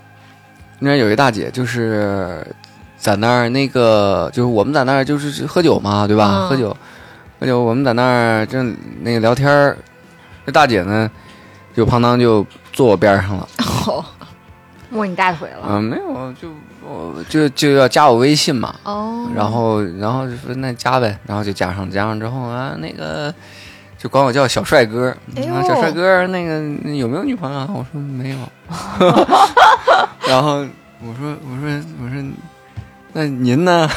S5: 就是在那儿就是我们在那儿就是喝酒嘛，对吧？喝酒，我们在那儿正那个聊天，这大姐呢就旁当就坐我边上了，
S6: 摸你大腿了？
S5: 没有，就要加我微信嘛。然后就说那加呗，然后就加上之后啊，那个。就管我叫小帅哥，小帅哥，那个有没有女朋友啊？我说没有。然后我说，那您呢？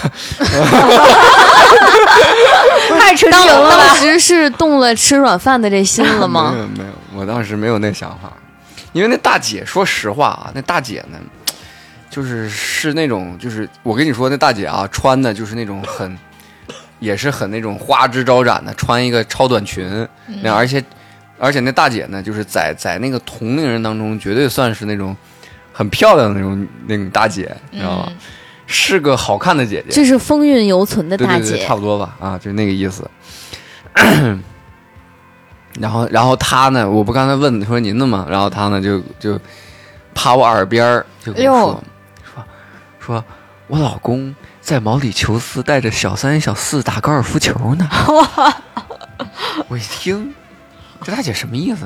S6: 太纯情了吧！
S3: 当时是动了吃软饭的这心了吗？
S5: 没有，我当时没有那想法，因为那大姐，说实话啊，那大姐呢，是那种，就是我跟你说，那大姐啊，穿的就是那种也是很那种花枝招展的，穿一个超短裙，而且那大姐呢，就是在那个同龄人当中，绝对算是那种很漂亮的那种大姐，你知道吗？是个好看的姐姐，
S3: 就是风韵犹存的大姐，
S5: 对，差不多吧，就是那个意思。然后她呢，我不刚才问说您的吗？然后她呢就趴我耳边就跟我说我老公在毛里求斯带着小3小4打高尔夫球呢。我一听，这大姐什么意思？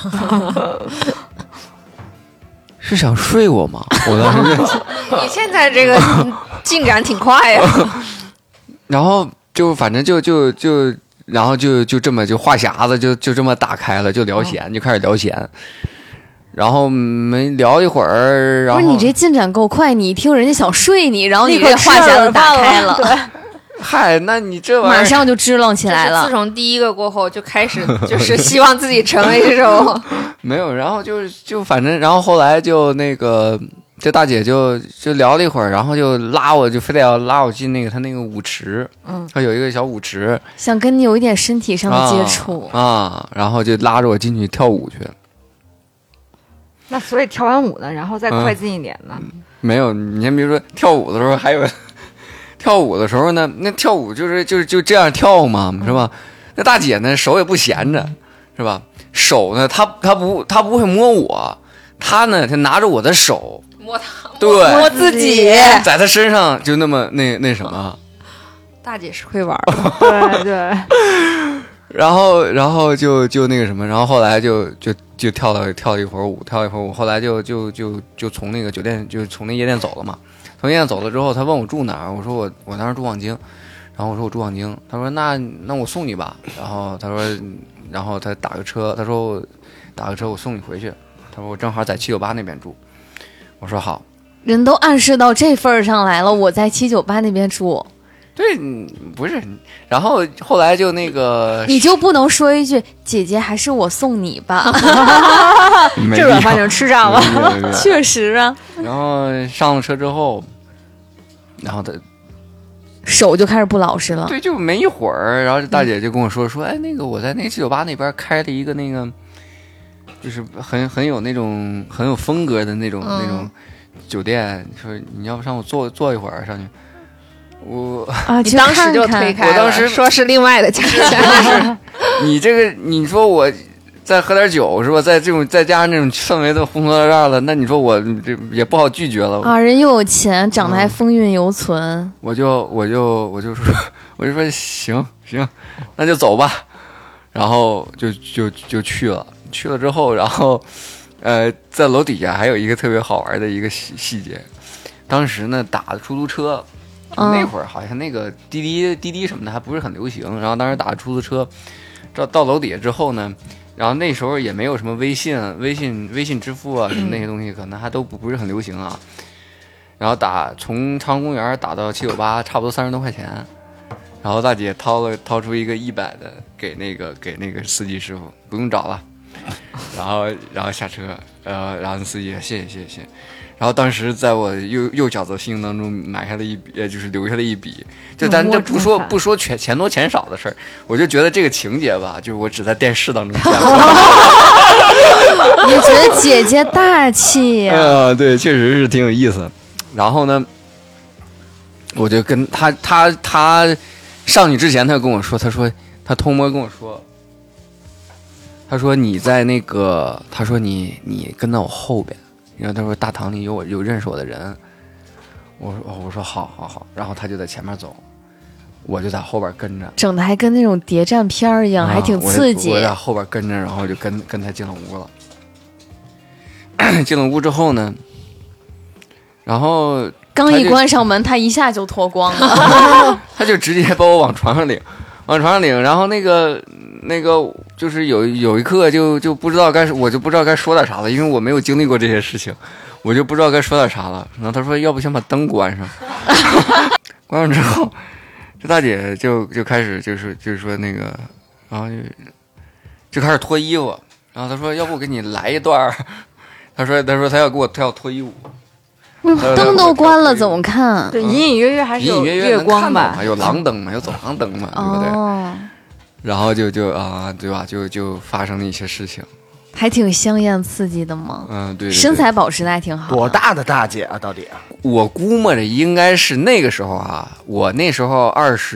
S5: 是想睡我吗？我当时
S4: 你现在这个进展挺快呀。
S5: 然后就反正然后就这么就话匣子就这么打开了，就聊闲，就开始聊闲。然后没聊一会儿，然后
S3: 不是你这进展够快，你一听人家想睡你，然后你这话匣子打开了。
S6: 对，
S5: 嗨，那你这玩意儿
S3: 马上就支棱起来了。
S4: 自从第一个过后，就开始就是希望自己成为这种
S5: 没有，然后就反正，然后后来就那个。这大姐就聊了一会儿，然后就拉我，就非得要拉我进那个她那个舞池，她有一个小舞池，
S3: 想跟你有一点身体上的接触
S5: 然后就拉着我进去跳舞去。
S6: 那所以跳完舞呢，然后再快进一点呢？
S5: 没有，你先别说跳舞的时候，还有跳舞的时候呢，那跳舞就这样跳嘛，是吧？那大姐呢，手也不闲着，是吧？手呢，她不会摸我，她呢，她拿着我的手。
S4: 摸他，
S5: 对，
S4: 摸自己，
S5: 在他身上就那么那什么，
S4: 大姐是会玩的，
S6: 对。
S5: 然后就那个什么，然后后来就跳了一会儿舞，后来就从那个酒店，就从那夜店走了嘛。从夜店走了之后，他问我住哪儿，我说我当时住望京，然后我说我住望京，他说那我送你吧，然后他说，然后他打个车，他说打个车我送你回去，他说我正好在798那边住。我说好，
S3: 人都暗示到这份儿上来了，我在798那边住。
S5: 对，不是，然后后来就那个，
S3: 你就不能说一句姐姐还是我送你吧？
S6: 这软饭就吃上了，
S3: 确实啊。
S5: 然后上了车之后，然后他
S3: 手就开始不老实了。
S5: 对，就没一会儿，然后这大姐就跟我说，哎，那个我在那个798那边开了一个那个。就是很有那种很有风格的那种酒店，说你要不上我坐一会儿上去，
S4: 你当时就推开了，
S5: 我当时
S4: 说是另外的价钱。
S5: 你这个你说我再喝点酒是吧？在这种再加上这种氛围都红红热热了，那你说我这也不好拒绝了
S3: 啊！人又有钱，长得还风韵犹存，
S5: 我就说行，那就走吧，然后就去了。去了之后，然后，在楼底下还有一个特别好玩的一个细节。当时呢，打的出租车，那会儿好像那个滴滴什么的还不是很流行。然后当时打出租车，到楼底下之后呢，然后那时候也没有什么微信支付啊什么那些东西，可能还都不是很流行啊。然后从长公园打到798，差不多30多块钱。然后大姐掏出一个100的给那个司机师傅，不用找了。然后下车，然后司机谢谢，然后当时在我右小的心目当中埋下了一笔，就是留下了一笔，就咱这不说钱多钱少的事儿，我就觉得这个情节吧，就是我只在电视当中见过。
S3: 你觉得姐姐大气呀？
S5: 对，确实是挺有意思。然后呢，我就跟他上去之前，他就跟我说，他偷摸跟我说。他说你在那个，他说你跟在我后边，然后他说大堂里有认识我的人，我说好，然后他就在前面走，我就在后边跟着，
S3: 整的还跟那种谍战片一样，还挺刺激。
S5: 我在后边跟着，然后就跟他进了屋了。进了屋之后呢，然后
S3: 刚一关上门，他一下就脱光了，
S5: 他就直接把我往床上领，然后那个就是有一刻就不知道我就不知道该说点啥了，因为我没有经历过这些事情，我就不知道该说点啥了。然后他说要不先把灯关上，关上之后，这大姐就开始就是说那个，然后就开始脱衣服，然后他说要不我给你来一段，他说他要脱衣舞。
S3: 灯都关了，怎么看？
S6: 对，隐隐约约还是有月光吧，
S5: 有廊灯嘛，有走廊灯嘛，对不对？然后就对吧？就发生了一些事情，
S3: 还挺香艳刺激的嘛。
S5: 对，
S3: 身材保持的还挺好。
S2: 多大的大姐啊？到底？
S5: 我估摸着应该是那个时候啊，我那时候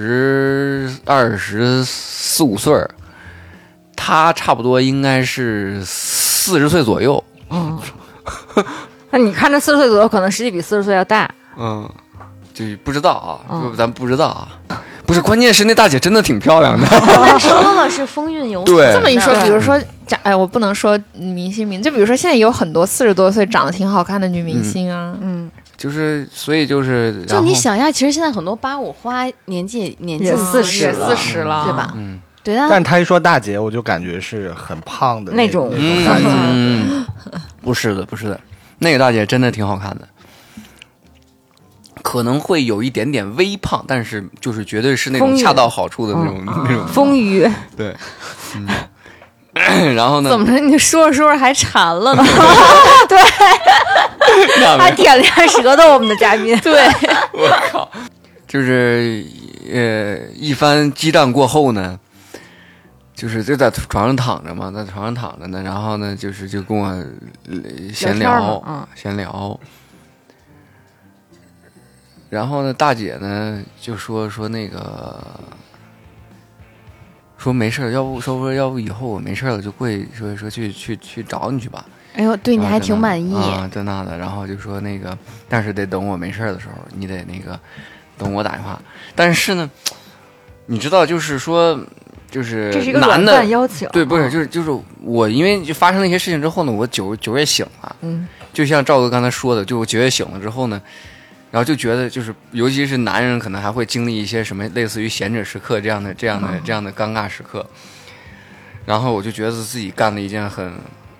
S5: 24、25岁，她差不多应该是40岁左右。
S6: 那你看这40岁左右，可能实际比40岁要大。
S5: 就不知道啊，咱不知道啊。不是，关键是那大姐真的挺漂亮的。
S3: 说了是风韵犹
S5: 存。对，
S4: 这么一说，比如说我不能说明星名，就比如说现在有很多40多岁长得挺好看的女明星啊。
S5: 就是所以就
S3: 你想呀，其实现在很多85花年纪
S6: 也40
S4: 了，
S3: 对吧？对啊。
S2: 但他一说大姐，我就感觉是很胖的
S6: 那种
S2: 感觉。
S5: 不是的，那个大姐真的挺好看的。 可能会有一点点微胖，但是就是绝对是那种恰到好处的那种
S6: 丰腴。
S5: 对，然后呢？
S3: 怎么着？你说着说着还馋了呢？
S6: 对，还舔了一下舌头，我们的嘉宾。
S3: 对，
S5: 我靠，就是一番激战过后呢，就是就在床上躺着嘛，在床上躺着呢，然后呢，就跟我闲聊，闲聊。然后呢，大姐呢就说那个。说没事，要不以后我没事了就过去说去找你去吧。
S3: 哎呦，对你还挺满意
S5: 啊，这那的。然后就说那个，但是得等我没事的时候，你得那个等我打电话。但是呢，你知道，就是说，就是
S6: 这是一个
S5: 男的
S6: 邀请，
S5: 对，不是，就是我，因为就发生了一些事情之后呢，我九月醒了，就像赵哥刚才说的，就我9月醒了之后呢。然后就觉得，就是尤其是男人，可能还会经历一些什么类似于贤者时刻这样的尴尬时刻。然后我就觉得自己干了一件很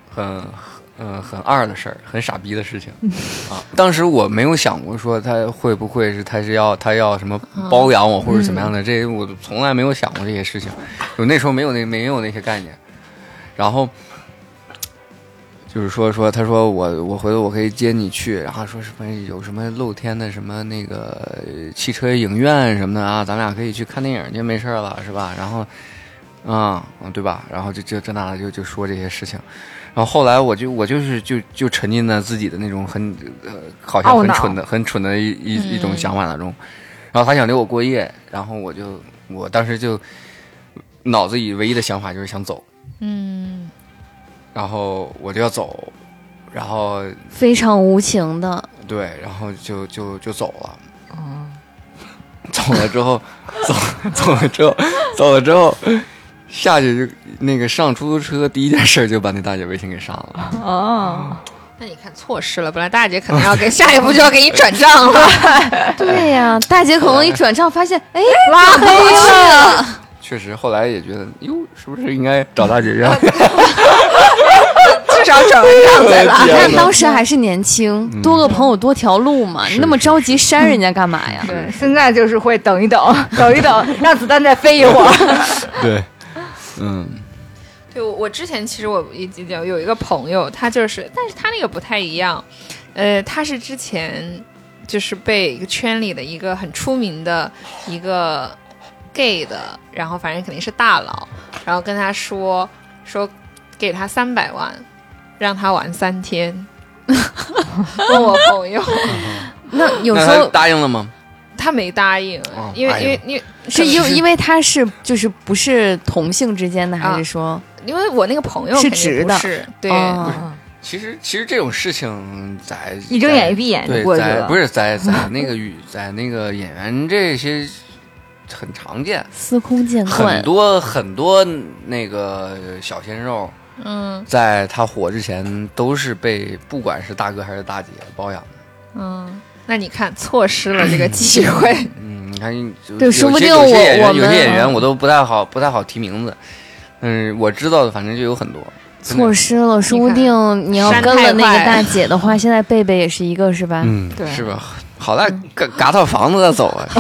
S5: 二的事儿，很傻逼的事情啊！当时我没有想过说他会不会是他要什么包养我或者怎么样的，这我从来没有想过这些事情，我那时候没有那些概念。然后。就是说，他说我回头我可以接你去，然后说什么有什么露天的什么那个汽车影院什么的啊，咱俩可以去看电影就没事了，是吧？然后，对吧？然后这那的就说这些事情，然后后来我就是沉浸在自己的那种好像很蠢的一种想法当中，然后他想留我过夜，然后我当时就脑子里唯一的想法就是想走，然后我就要走，然后
S3: 非常无情的，
S5: 对，然后就走了。走了之后，走了之后，下去就那个上出租车，第一件事就把那大姐微信给删了。
S6: 哦，
S4: 那你看错失了，本来大姐可能要给下一步就要给你转账了。
S3: 对呀，大姐可能一转账发现，哎，
S6: 拉黑了。
S5: 确实，后来也觉得，哟，是不是应该找大姐要？
S4: 至少转完账再拉。
S3: 你看当时还是年轻，多个朋友多条路嘛，你那么着急删人家干嘛呀？
S6: 对，现在就是会等一等，让子弹再飞一会儿。
S5: 对，
S4: 对，我之前其实我有一个朋友，他就是，但是他那个不太一样，他是之前就是被一个圈里的一个很出名的一个 gay 的，然后反正肯定是大佬，然后跟他说给他300万，让他玩3天。问我朋友，
S3: 那有时候
S5: 答应了吗？
S4: 他没答应，因
S3: 为他是就是不是同性之间的，还是说？
S4: 因为我那个朋友
S3: 是直的，
S4: 对。
S5: 其实这种事情在
S6: 一睁眼一闭眼就过去了，
S5: 不是在那个在那个演员这些很常见，
S3: 司空见惯，
S5: 很多那个小鲜肉，在他火之前都是被不管是大哥还是大姐包养的。
S4: 那你看错失了这个机会。
S5: 你看，
S3: 对，说不定
S5: 有些演员我都不太好提名字。我知道的反正就有很多
S3: 错失了，说不定你要跟了那个大姐的话，现在贝贝也是一个，是吧？
S6: 对，
S5: 是吧？好赖嘎套房子再走啊！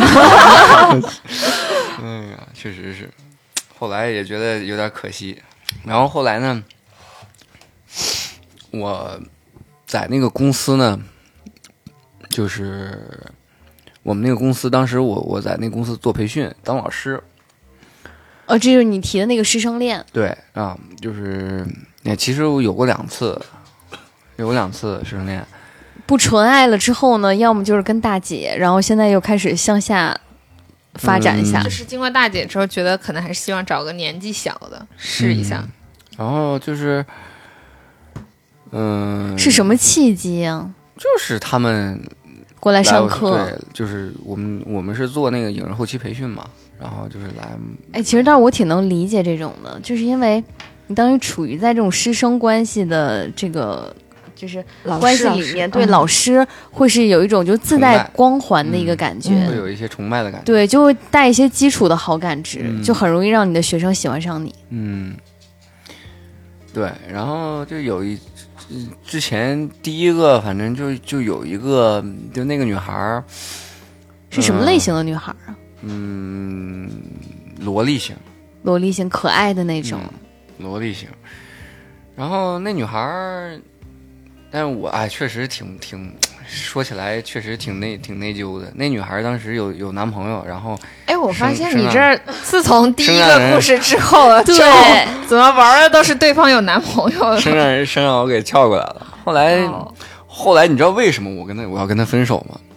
S5: 确实是，后来也觉得有点可惜。然后后来呢，我在那个公司呢，就是我们那个公司，当时我在那个公司做培训，当老师。
S3: 这就是你提的那个师生恋。
S5: 对啊，就是其实我有过2次师生恋。
S3: 不纯爱了之后呢，要么就是跟大姐，然后现在又开始向下发展一下。
S4: 就是经过大姐之后，觉得可能还是希望找个年纪小的试一下。
S5: 然后就是，
S3: 是什么契机啊？
S5: 就是他们
S3: 过来上课。
S5: 对，就是我们是做那个影视后期培训嘛。然后就是来，
S3: 其实但是我挺能理解这种的，就是因为你当你处于在这种师生关系的这个就是关系里面，对老师会是有一种就自带光环的一个感觉，
S5: 会有一些崇拜的感觉，
S3: 对，就会带一些基础的好感值，就很容易让你的学生喜欢上你。
S5: 对，然后就之前第一个，反正就有一个，就那个女孩
S3: 是什么类型的女孩啊？
S5: 萝莉型。
S3: 萝莉型，可爱的那种。
S5: 萝莉型。然后那女孩，但是我确实挺说起来确实挺内疚的。那女孩当时有男朋友，然后
S4: 我发现你这自从第一个故事之后，对，怎么玩的都是对方有男朋友，
S5: 生让我给撬过来了。后来你知道为什么我要跟他分手吗？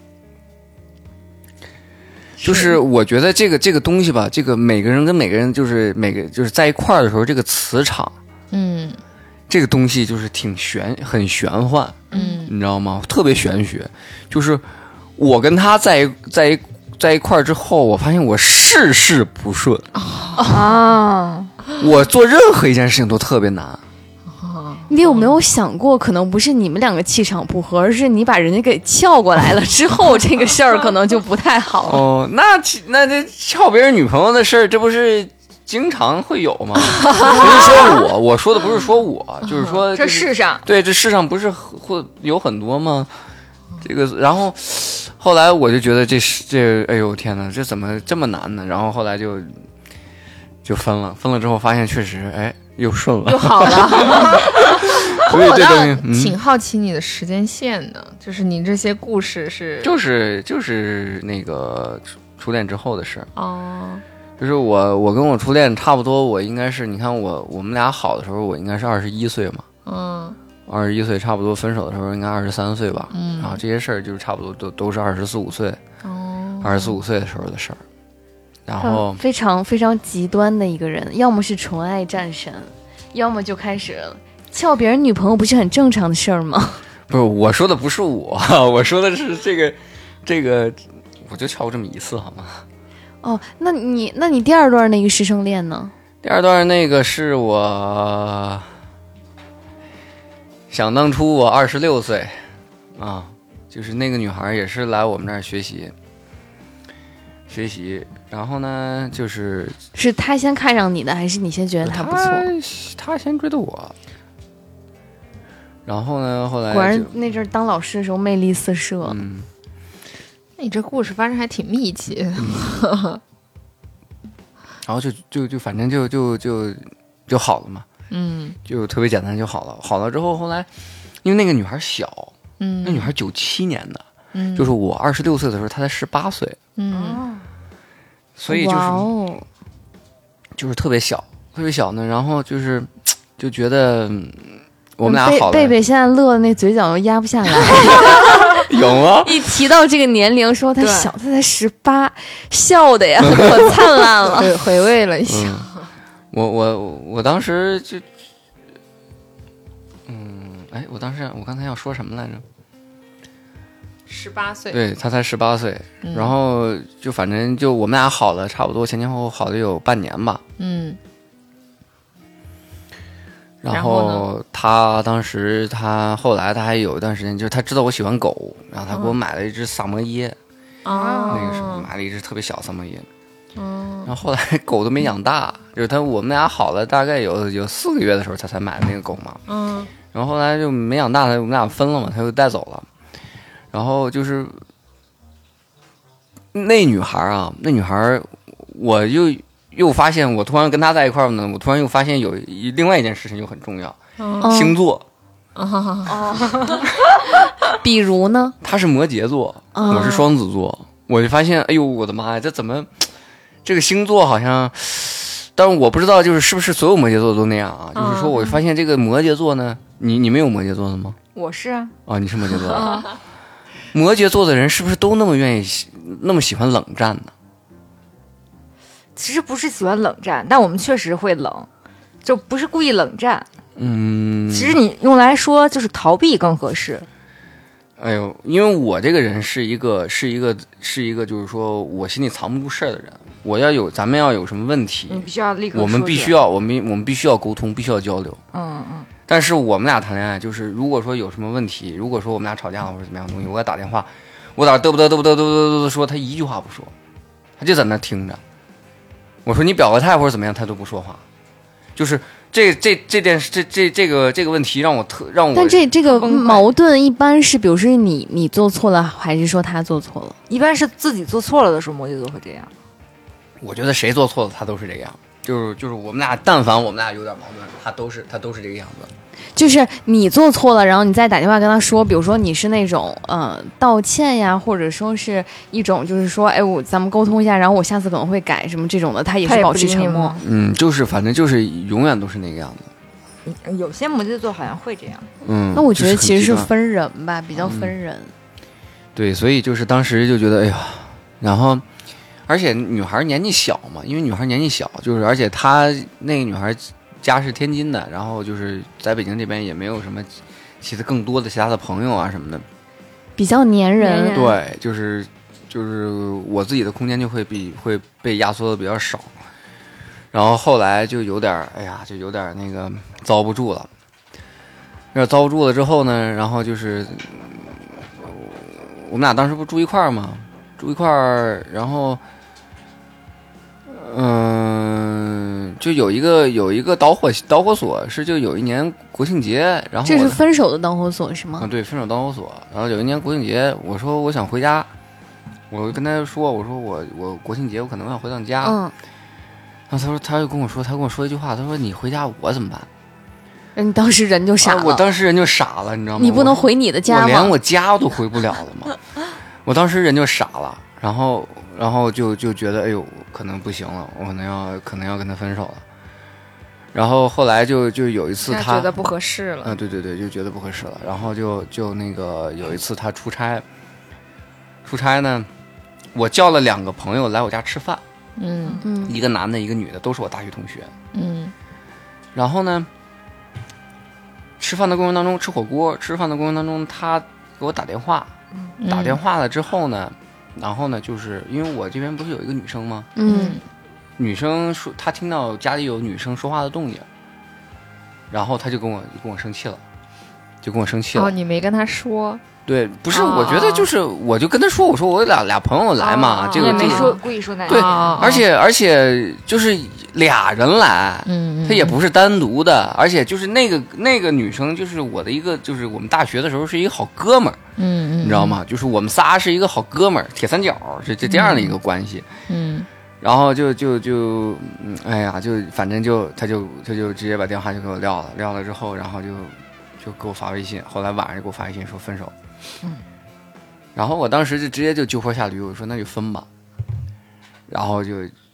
S5: 就是我觉得这个东西吧，这个每个人跟每个人就是在一块儿的时候，这个磁场，这个东西就是很玄幻，你知道吗？特别玄学。就是我跟他在一块儿之后，我发现我事事不顺啊，我做任何一件事情都特别难。
S3: 你有没有想过，可能不是你们两个气场不合，而是你把人家给撬过来了之后，这个事儿可能就不太好了。
S5: 哦，那这撬别人女朋友的事儿，这不是经常会有吗？不是说我说的不是说我，就是说
S6: 这世上，
S5: 对，这世上不是会有很多吗？这个，然后后来我就觉得这，哎呦天哪，这怎么这么难呢？然后后来就分了之后发现确实，又顺了，
S4: 又好了。
S5: 所以这东西，
S4: 挺好奇你的时间线的，就是你这些故事是，
S5: 就是那个初恋之后的事
S4: 哦。
S5: 就是我跟我初恋差不多，我应该是你看我们俩好的时候，我应该是21岁嘛，21岁差不多，分手的时候应该23岁吧，然后这些事儿就是差不多都是24、25岁，24、25岁的时候的事儿。然后
S3: 非常非常极端的一个人，要么是纯爱战神，要么就开始撬别人女朋友，不是很正常的事儿吗？
S5: 不是，我说的不是我说的是这个，我就撬过这么一次好吗？
S3: 哦，那你第二段那个师生恋呢？
S5: 第二段那个是我想当初我26岁啊，就是那个女孩也是来我们那儿学习，然后呢，是
S3: 他先看上你的，还是你先觉得他不错？
S5: 他先追的我，然后呢，后来
S3: 果然那阵当老师的时候魅力四射。
S4: 那你这故事发生还挺密集。
S5: 然后就反正就好了嘛，就特别简单就好了。好了之后，后来因为那个女孩小，那女孩97年的，就是我26岁的时候，她才18岁，所以就是特别小呢。然后就觉得我们俩好了。
S3: 贝贝现在乐的那嘴角都压不下来。
S5: 有吗？
S3: 一提到这个年龄，说他小，他才18，笑的呀，可灿烂了。
S4: 回味了一下。
S5: 我当时就，我刚才要说什么来着
S4: ？18岁。
S5: 对，他才18岁，然后就反正就我们俩好了，差不多前前后后好了有半年吧。然后他当时后来他还有一段时间，就是他知道我喜欢狗，然后他给我买了一只萨摩耶，那个时候买了一只特别小萨摩耶，然后后来狗都没养大，就是我们俩好了大概有4个月的时候他才买的那个狗嘛，然后后来就没养大，我们俩分了嘛，他就带走了，然后就是那女孩我又发现，我突然跟他在一块儿呢，我突然又发现有另外一件事情又很重要，星座。
S3: 比如呢？
S5: 他是摩羯座，我是双子座，我就发现，哎呦，我的妈呀，这怎么这个星座好像？但是我不知道，是不是所有摩羯座都那样啊？就是说，我发现这个摩羯座呢，你们有摩羯座的吗？
S6: 我是啊。
S5: 哦，你是摩羯座的。摩羯座的人是不是都那么喜欢冷战呢？
S6: 其实不是喜欢冷战，但我们确实会冷，就不是故意冷战。其实你用来说就是逃避更合适。
S5: 哎呦，因为我这个人是一个，就是说我心里藏不住事儿的人。咱们要有什么问题，
S6: 你必须要立刻说。
S5: 我们必须要沟通，必须要交流。但是我们俩谈恋爱，就是如果说有什么问题，如果说我们俩吵架了或者怎么样的东西，我给他打电话，我嘚不嘚说，他一句话不说，他就在那听着。我说你表个态或者怎么样，他都不说话，就是这个问题让我。
S3: 但这个矛盾一般是，比如说你做错了，还是说他做错了？
S6: 一般是自己做错了的时候，摩羯座会这样。
S5: 我觉得谁做错了，他都是这个样。就是我们俩，但凡我们俩有点矛盾，他都是这个样子。
S3: 就是你做错了，然后你再打电话跟他说，比如说你是那种道歉呀，或者说是一种就是说，哎，咱们沟通一下，然后我下次可能会改什么这种的，他也是保持沉默。
S5: 就是反正就是永远都是那个样子。
S6: 有些摩羯座好像会这样。
S3: 那我觉得其实是分人吧，比较分人。
S5: 对，所以就是当时就觉得，哎呀，然后。而且女孩年纪小嘛，因为女孩年纪小，就是而且她那个女孩家是天津的，然后就是在北京这边也没有什么其他的朋友啊什么的，
S3: 比较粘人。
S5: 对，就是我自己的空间就会被压缩的比较少，然后后来就有点就有点那个遭不住了，有点遭不住了之后呢，然后就是我们俩当时不住一块儿吗？住一块儿，然后。就有一个导火索是，就有一年国庆节，然后
S3: 这是分手的导火索是吗？
S5: 对，分手导火索。然后有一年国庆节，我说我想回家，我跟他说，我说我国庆节我可能要回趟家。然后他就跟我说一句话，他说你回家我怎么办？
S3: 你当时人就傻了。
S5: 我当时人就傻了，你知道吗？
S3: 你不能回你的家吗？
S5: 我连我家都回不了了吗？我当时人就傻了，然后就觉得哎呦可能不行了，我可能要跟他分手了。然后后来就有一次他
S4: 觉得不合适了。
S5: 对，就觉得不合适了。然后就那个有一次他出差呢，我叫了2个朋友来我家吃饭。一个男的一个女的，都是我大学同学。然后呢，吃饭的过程当中吃火锅，他给我打电话。打电话了之后呢，然后呢，就是因为我这边不是有一个女生吗？女生说她听到家里有女生说话的动静，然后她就跟我生气了，哦，
S4: 你没跟她说？
S5: 对，不是，我觉得就是我就跟她说，我说我俩朋友来嘛，这个
S6: 没说故意说那
S5: 对，而且就是俩人来，她也不是单独的，而且就是那个女生就是我的一个，就是我们大学的时候是一个好哥们儿。你知道吗？就是我们仨是一个好哥们儿，铁三角是这样的一个关系。然后就哎呀，就反正他就直接把电话就给我撂了之后，然后就给我发微信，后来晚上就给我发微信说分手。然后我当时就直接就就坡下驴，我说那就分吧。然后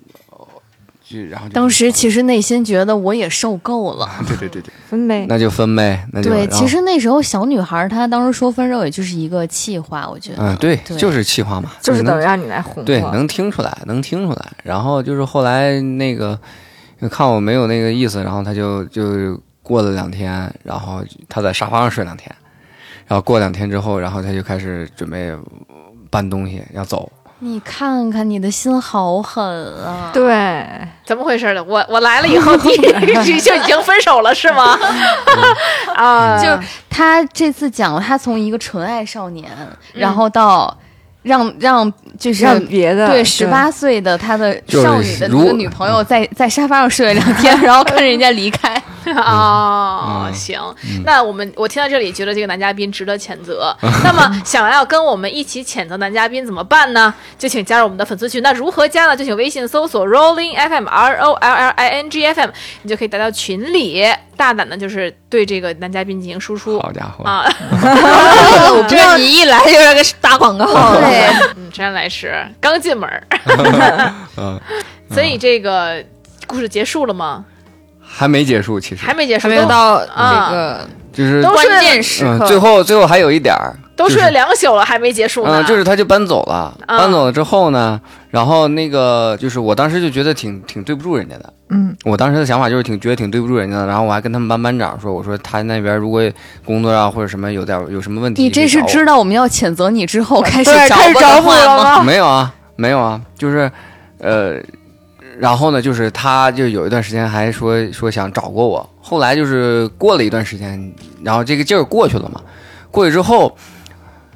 S3: 当时其实内心觉得我也受够了。
S5: 对，
S6: 分呗，
S5: 那就分呗，那就
S3: 对。其实那时候小女孩她当时说分手，也就是一个气话，我觉得。
S5: 对，就是气话嘛，
S6: 就是等于让你来哄。
S5: 对，能听出来。然后就是后来那个看我没有那个意思，然后他就过了2天，然后他在沙发上睡2天，然后过2天之后，然后他就开始准备搬东西要走。
S3: 你看看，你的心好狠啊！
S6: 对，
S4: 怎么回事呢？我来了以后，就已经分手了是吗？
S3: 就他这次讲了，他从一个纯爱少年，然后到让就是
S6: 让别的
S3: 对18岁的他的少女的一个女朋友在沙发上睡了2天，然后看着人家离开。
S7: 行，那我听到这里觉得这个男嘉宾值得谴责。那么想要跟我们一起谴责男嘉宾怎么办呢？就请加入我们的粉丝群。那如何加呢？就请微信搜索 Rolling FM ROLLING FM， 你就可以达到群里，大胆的就是对这个男嘉宾进行输出。
S5: 好家伙
S7: 啊！
S4: 我觉得你一来就是个打广告。
S7: 对，真来是刚进门。所以这个故事结束了吗？
S5: 还没结束，其实
S7: 还没结束，
S4: 还没有到这个
S5: 就是
S7: 关
S4: 键时刻。
S5: 最后还有一点儿，
S7: 都睡了2宿了，还没结束呢。
S5: 就是他就搬走了，搬走了之后呢，然后那个就是我当时就觉得挺对不住人家的。我当时的想法就是觉得挺对不住人家的。然后我还跟他们班长说，我说他那边如果工作啊或者什么有什么问题，
S3: 你这是知道我们要谴责你之后开始找
S6: 我了吗？
S5: 没有啊，就是然后呢，就是他就有一段时间还说想找过我，后来就是过了一段时间，然后这个劲儿过去了嘛，过去之后，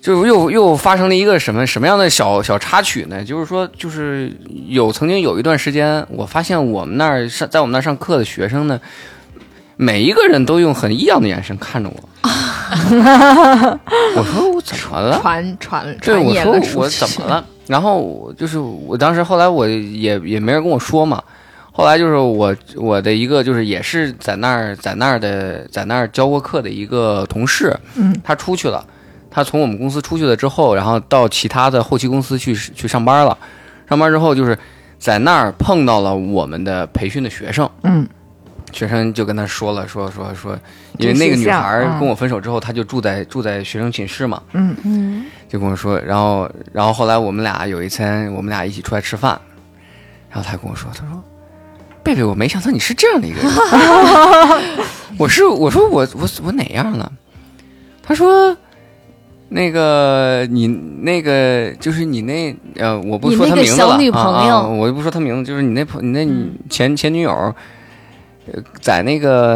S5: 就又发生了一个什么样的小插曲呢？就是说，就是曾经有一段时间，我发现我们那儿在我们那儿上课的学生呢，每一个人都用很异样的眼神看着我。我说我怎么了？对，我说我怎么了？然后就是我当时后来我也没人跟我说嘛。后来就是我的一个就是也是在那儿教过课的一个同事，他出去了。他从我们公司出去了之后，然后到其他的后期公司去上班了。上班之后，就是在那儿碰到了我们的培训的学生。学生就跟他说了，说，因为那个女孩跟我分手之后，他就住在学生寝室嘛。就跟我说，然后后来我们俩有一天，我们俩一起出来吃饭，然后他跟我说，他说：“贝贝，我没想到你是这样的一个人。”我说我哪样了？他说。那个你那个就是你那我不说他名字了，
S3: 小女朋友
S5: 我就不说他名字，就是你那前女友，在那个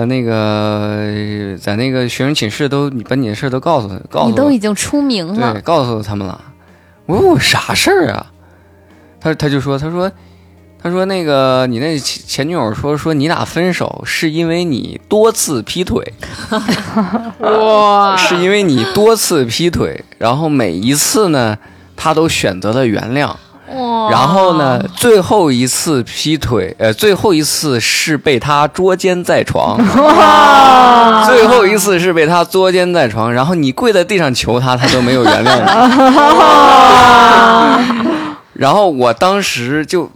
S5: 学生寝室你把你的事都告诉
S3: 你都已经出名了，
S5: 对，告诉他们了。我说我啥事儿啊？他就说他说那个你那前女友说你俩分手是因为你多次劈腿。
S7: 哇，
S5: 是因为你多次劈腿，然后每一次呢他都选择了原谅。然后呢最后一次劈腿最后一次是被他捉奸在床。最后一次是被他捉奸在床，然后你跪在地上求他都没有原谅你。然后我当时就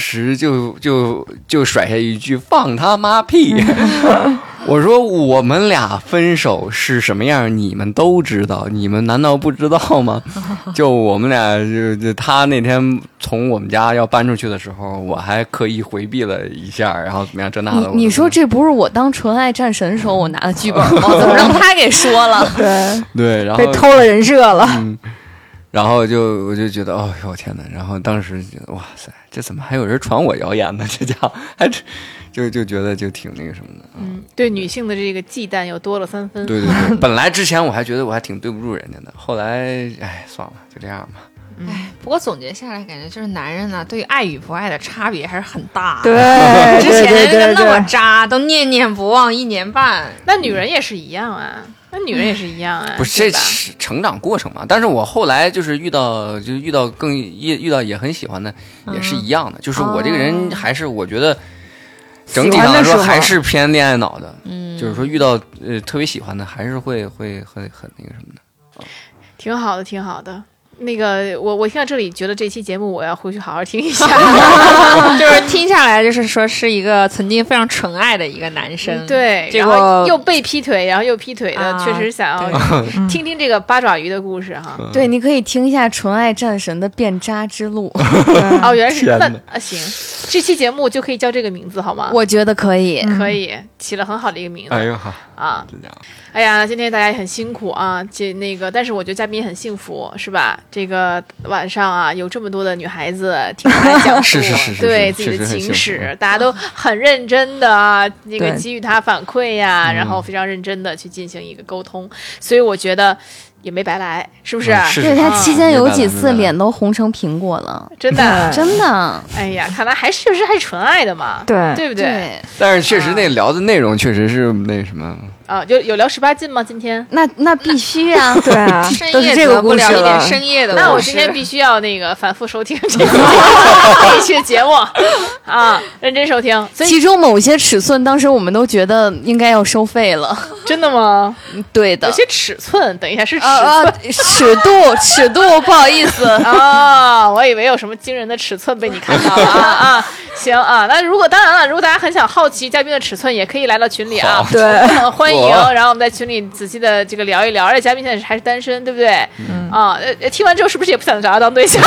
S5: 甩下一句放他妈屁。我说我们俩分手是什么样你们都知道，你们难道不知道吗？就我们俩就他那天从我们家要搬出去的时候，我还刻意回避了一下，然后怎么样这那的。
S3: 你说这不是我当纯爱战神时候我拿的剧本吗？怎么让他给说了？
S5: 对，然后
S6: 被偷了人设了。
S5: 然后我就觉得，哦呦天哪！然后当时觉得，哇塞，这怎么还有人传我谣言呢？这家伙还就觉得就挺那个什么的。
S7: 对女性的这个忌惮又多了3分。
S5: 对，本来之前我还觉得我还挺对不住人家的，后来算了，就这样吧。
S4: 不过总结下来，感觉就是男人呢，对于爱与不爱的差别还是很大。
S6: 对，
S4: 之前那么渣，都念念不忘1年半。
S7: 那女人也是一样啊。
S5: 不是，这是成长过程嘛。但是我后来就是遇到也很喜欢的，也是一样的。就是我这个人还是我觉得整体上来说还是偏恋爱脑的。就是说遇到特别喜欢的，还是会很那个什么的。
S7: 挺好的。那个我听到这里觉得这期节目我要回去好好听一下。
S4: 就是听下来就是说是一个曾经非常纯爱的一个男生，
S7: 对，然后又被劈腿然后又劈腿的，确实想要听听这个八爪鱼的故事哈。
S3: 对，你可以听一下纯爱战神的变渣之路。
S7: 哦，原来是那行，这期节目就可以叫这个名字好吗？
S3: 我觉得可以
S7: 起了很好的一个名字。
S5: 哎呦好
S7: 啊，哎呀，今天大家也很辛苦啊，但是我觉得嘉宾也很幸福，是吧？这个晚上啊，有这么多的女孩子听他讲述对自己的情史，大家都很认真的那个给予他反馈呀，然后非常认真的去进行一个沟通，所以我觉得也没白来，是不是？
S3: 对，他期间有几次脸都红成苹果了，
S7: 真的。
S3: 哎
S7: 呀，看来确实还是纯爱的嘛，对不对？
S5: 但是确实那聊的内容确实是那什么。
S7: 有聊18禁吗？今天
S3: 那必须啊，
S6: 对啊，
S3: 都是这个故事了，
S4: 一点深夜的。
S7: 那我今天必须要那个反复收听这一期节目啊，认真收听。
S3: 其中某些尺寸，当时我们都觉得应该要收费了。
S7: 真的吗？
S3: 对的。
S7: 有些尺寸，等一下是
S3: 尺度，不好意思
S7: 啊，我以为有什么惊人的尺寸被你看到了啊。行啊，那当然了，如果大家很想好奇嘉宾的尺寸，也可以来到群里啊，
S6: 对，
S7: 欢迎。然后我们在群里仔细的这个聊一聊，而且嘉宾现在还是单身，对不对？听完之后是不是也不想找他当对象？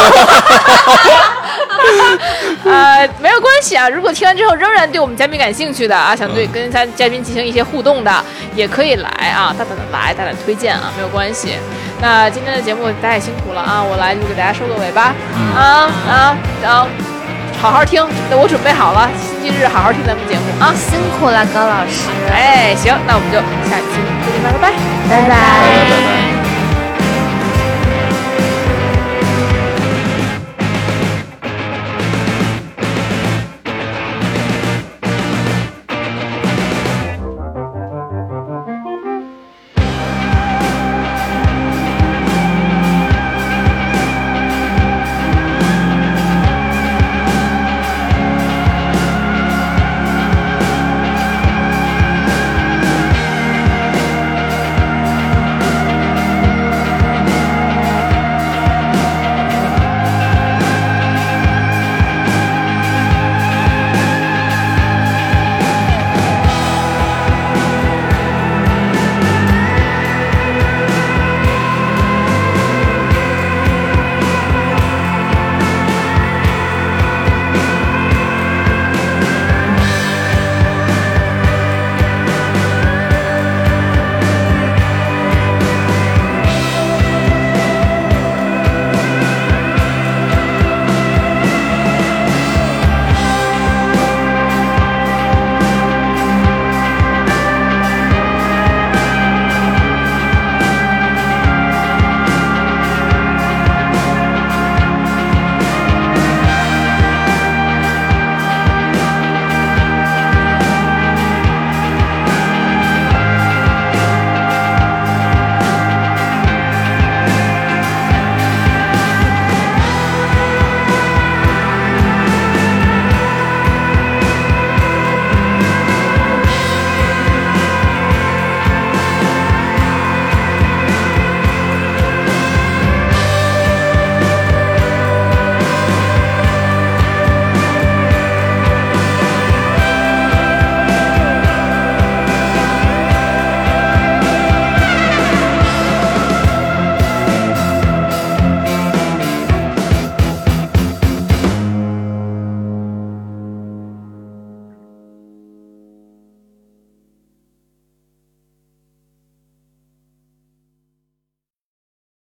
S7: 没有关系啊，如果听完之后仍然对我们嘉宾感兴趣的啊，想跟嘉宾进行一些互动的，也可以来啊，大胆的来，大胆推荐啊，没有关系。那今天的节目大家也辛苦了啊，我来就给大家收个尾吧。好好听，我准备好了，星期日好好听咱们节目啊！
S3: 辛苦了，高老师。
S7: 行，那我们就下期再见吧，拜拜，
S6: 拜拜。